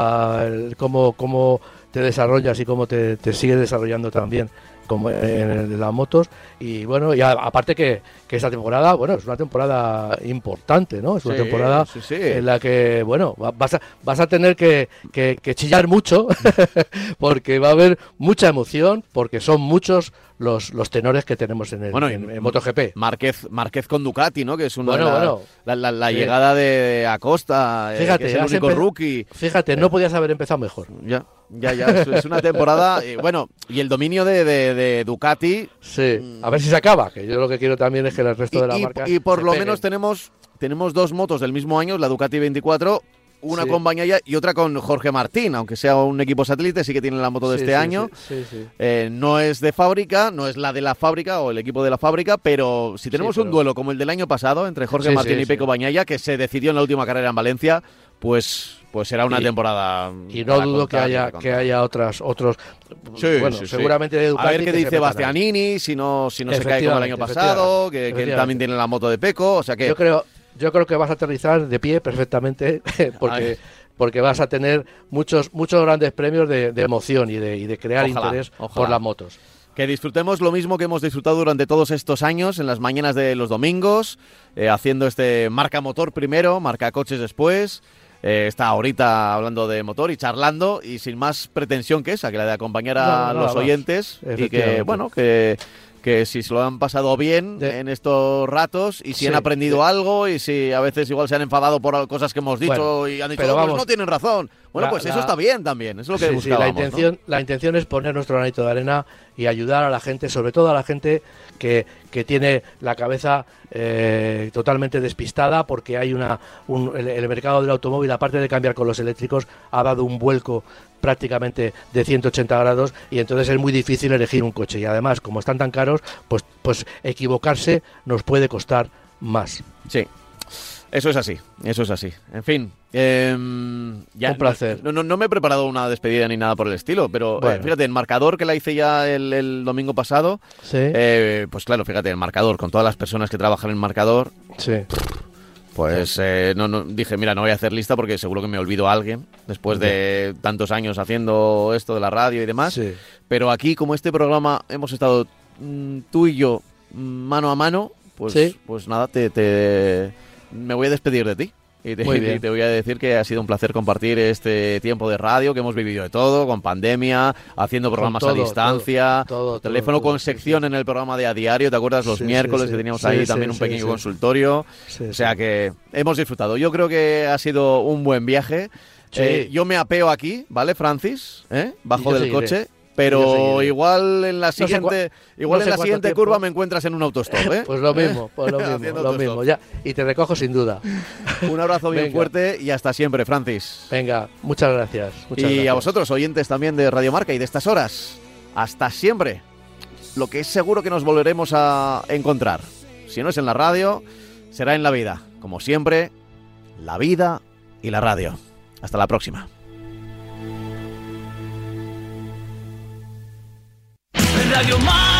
a el, cómo, cómo te desarrollas y cómo te, te sigues desarrollando también como en el de las motos. Y bueno, y a, aparte que, que esta temporada, bueno, es una temporada importante, ¿no? Es una sí, temporada sí, sí. en la que, bueno, vas a, vas a tener que, que, que chillar mucho porque va a haber mucha emoción, porque son muchos los los tenores que tenemos en el bueno, en, en MotoGP. Márquez Márquez con Ducati, ¿no? Que es una bueno, la, bueno, la, la, la sí. llegada de Acosta, fíjate, eh, que es el único rookie. Fíjate, no podías haber empezado mejor. Ya, ya, ya. Es, es una temporada, y, bueno, y el dominio de, de, de Ducati. Sí, a ver si se acaba, que yo lo que quiero también es que el resto y, de la y, marca y por lo peguen. menos tenemos tenemos dos motos del mismo año, la Ducati veinticuatro. Una sí. con Bagnaia y otra con Jorge Martín, aunque sea un equipo satélite, sí que tiene la moto de sí, este sí, año. Sí, sí, sí. Eh, no es de fábrica, no es la de la fábrica o el equipo de la fábrica, pero si tenemos sí, pero... un duelo como el del año pasado entre Jorge sí, Martín sí, y Pecco sí. Bagnaia, que se decidió en la última carrera en Valencia, pues pues será una y, temporada. Y no dudo que haya que haya otras otros. Sí, bueno, sí, seguramente de Ducati. A ver qué dice Bastianini, si no si no se cae como el año pasado, que, que él también tiene la moto de Pecco, o sea que. Yo creo yo creo que vas a aterrizar de pie perfectamente porque. porque vas a tener muchos muchos grandes premios de, de emoción y de, y de crear ojalá, interés ojalá. por las motos. Que disfrutemos lo mismo que hemos disfrutado durante todos estos años, en las mañanas de los domingos, eh, haciendo este marca motor primero, marca coches después. Eh, está ahorita hablando de motor y charlando, y sin más pretensión que esa, que la de acompañar a no, no, los oyentes. Y que, bueno, que... que si se lo han pasado bien de... en estos ratos y si sí, han aprendido de... algo y si a veces igual se han enfadado por cosas que hemos dicho bueno, y han dicho, oh, vamos, pues no tienen razón. Bueno, la, pues eso la... está bien también, eso es lo que sí, buscábamos. Sí, la, intención, ¿no? la intención es poner nuestro granito de arena y ayudar a la gente, sobre todo a la gente que, que tiene la cabeza eh, totalmente despistada porque hay una un, el, el mercado del automóvil, aparte de cambiar con los eléctricos, ha dado un vuelco prácticamente de ciento ochenta grados y entonces es muy difícil elegir un coche y además como están tan caros pues pues equivocarse nos puede costar más. Sí, eso es así, eso es así. En fin, eh, ya un placer. No, no, no me he preparado una despedida ni nada por el estilo, pero bueno. eh, fíjate, el marcador que la hice ya el, el domingo pasado, sí. eh, pues claro, fíjate, el marcador, con todas las personas que trabajan en marcador, sí. Pues eh, no, no, dije, mira, no voy a hacer lista porque seguro que me olvido a alguien después de sí. tantos años haciendo esto de la radio y demás. Sí. Pero aquí, como este programa hemos estado mmm, tú y yo mano a mano, pues, sí. pues nada, te, te me voy a despedir de ti. Y te, Muy bien. y te voy a decir que ha sido un placer compartir este tiempo de radio, que hemos vivido de todo, con pandemia, haciendo programas todo, a distancia, todo, todo, teléfono todo, con sí, sección sí. en el programa de A Diario, ¿te acuerdas? Los Sí, miércoles sí, sí. que teníamos Sí, ahí sí, también un sí, pequeño sí. consultorio. Sí, o sea sí. que hemos disfrutado. Yo creo que ha sido un buen viaje. Sí. Eh, yo me apeo aquí, ¿vale, Francis? ¿Eh? Bajo Y yo del seguiré. coche. Y yo Pero seguiré. igual en la sé siguiente, cua- igual no en sé la cuánto siguiente tiempo. curva me encuentras en un autostop, ¿eh? Pues lo mismo, pues lo mismo, Haciendo lo autostop. mismo. Ya, y te recojo sin duda. Un abrazo bien Venga. fuerte y hasta siempre, Francis. Venga, muchas gracias. Muchas Y gracias. a vosotros, oyentes también de Radio Marca y de estas horas, hasta siempre. Lo que es seguro que nos volveremos a encontrar. Si no es en la radio, será en la vida. Como siempre, la vida y la radio. Hasta la próxima. Radio Marca.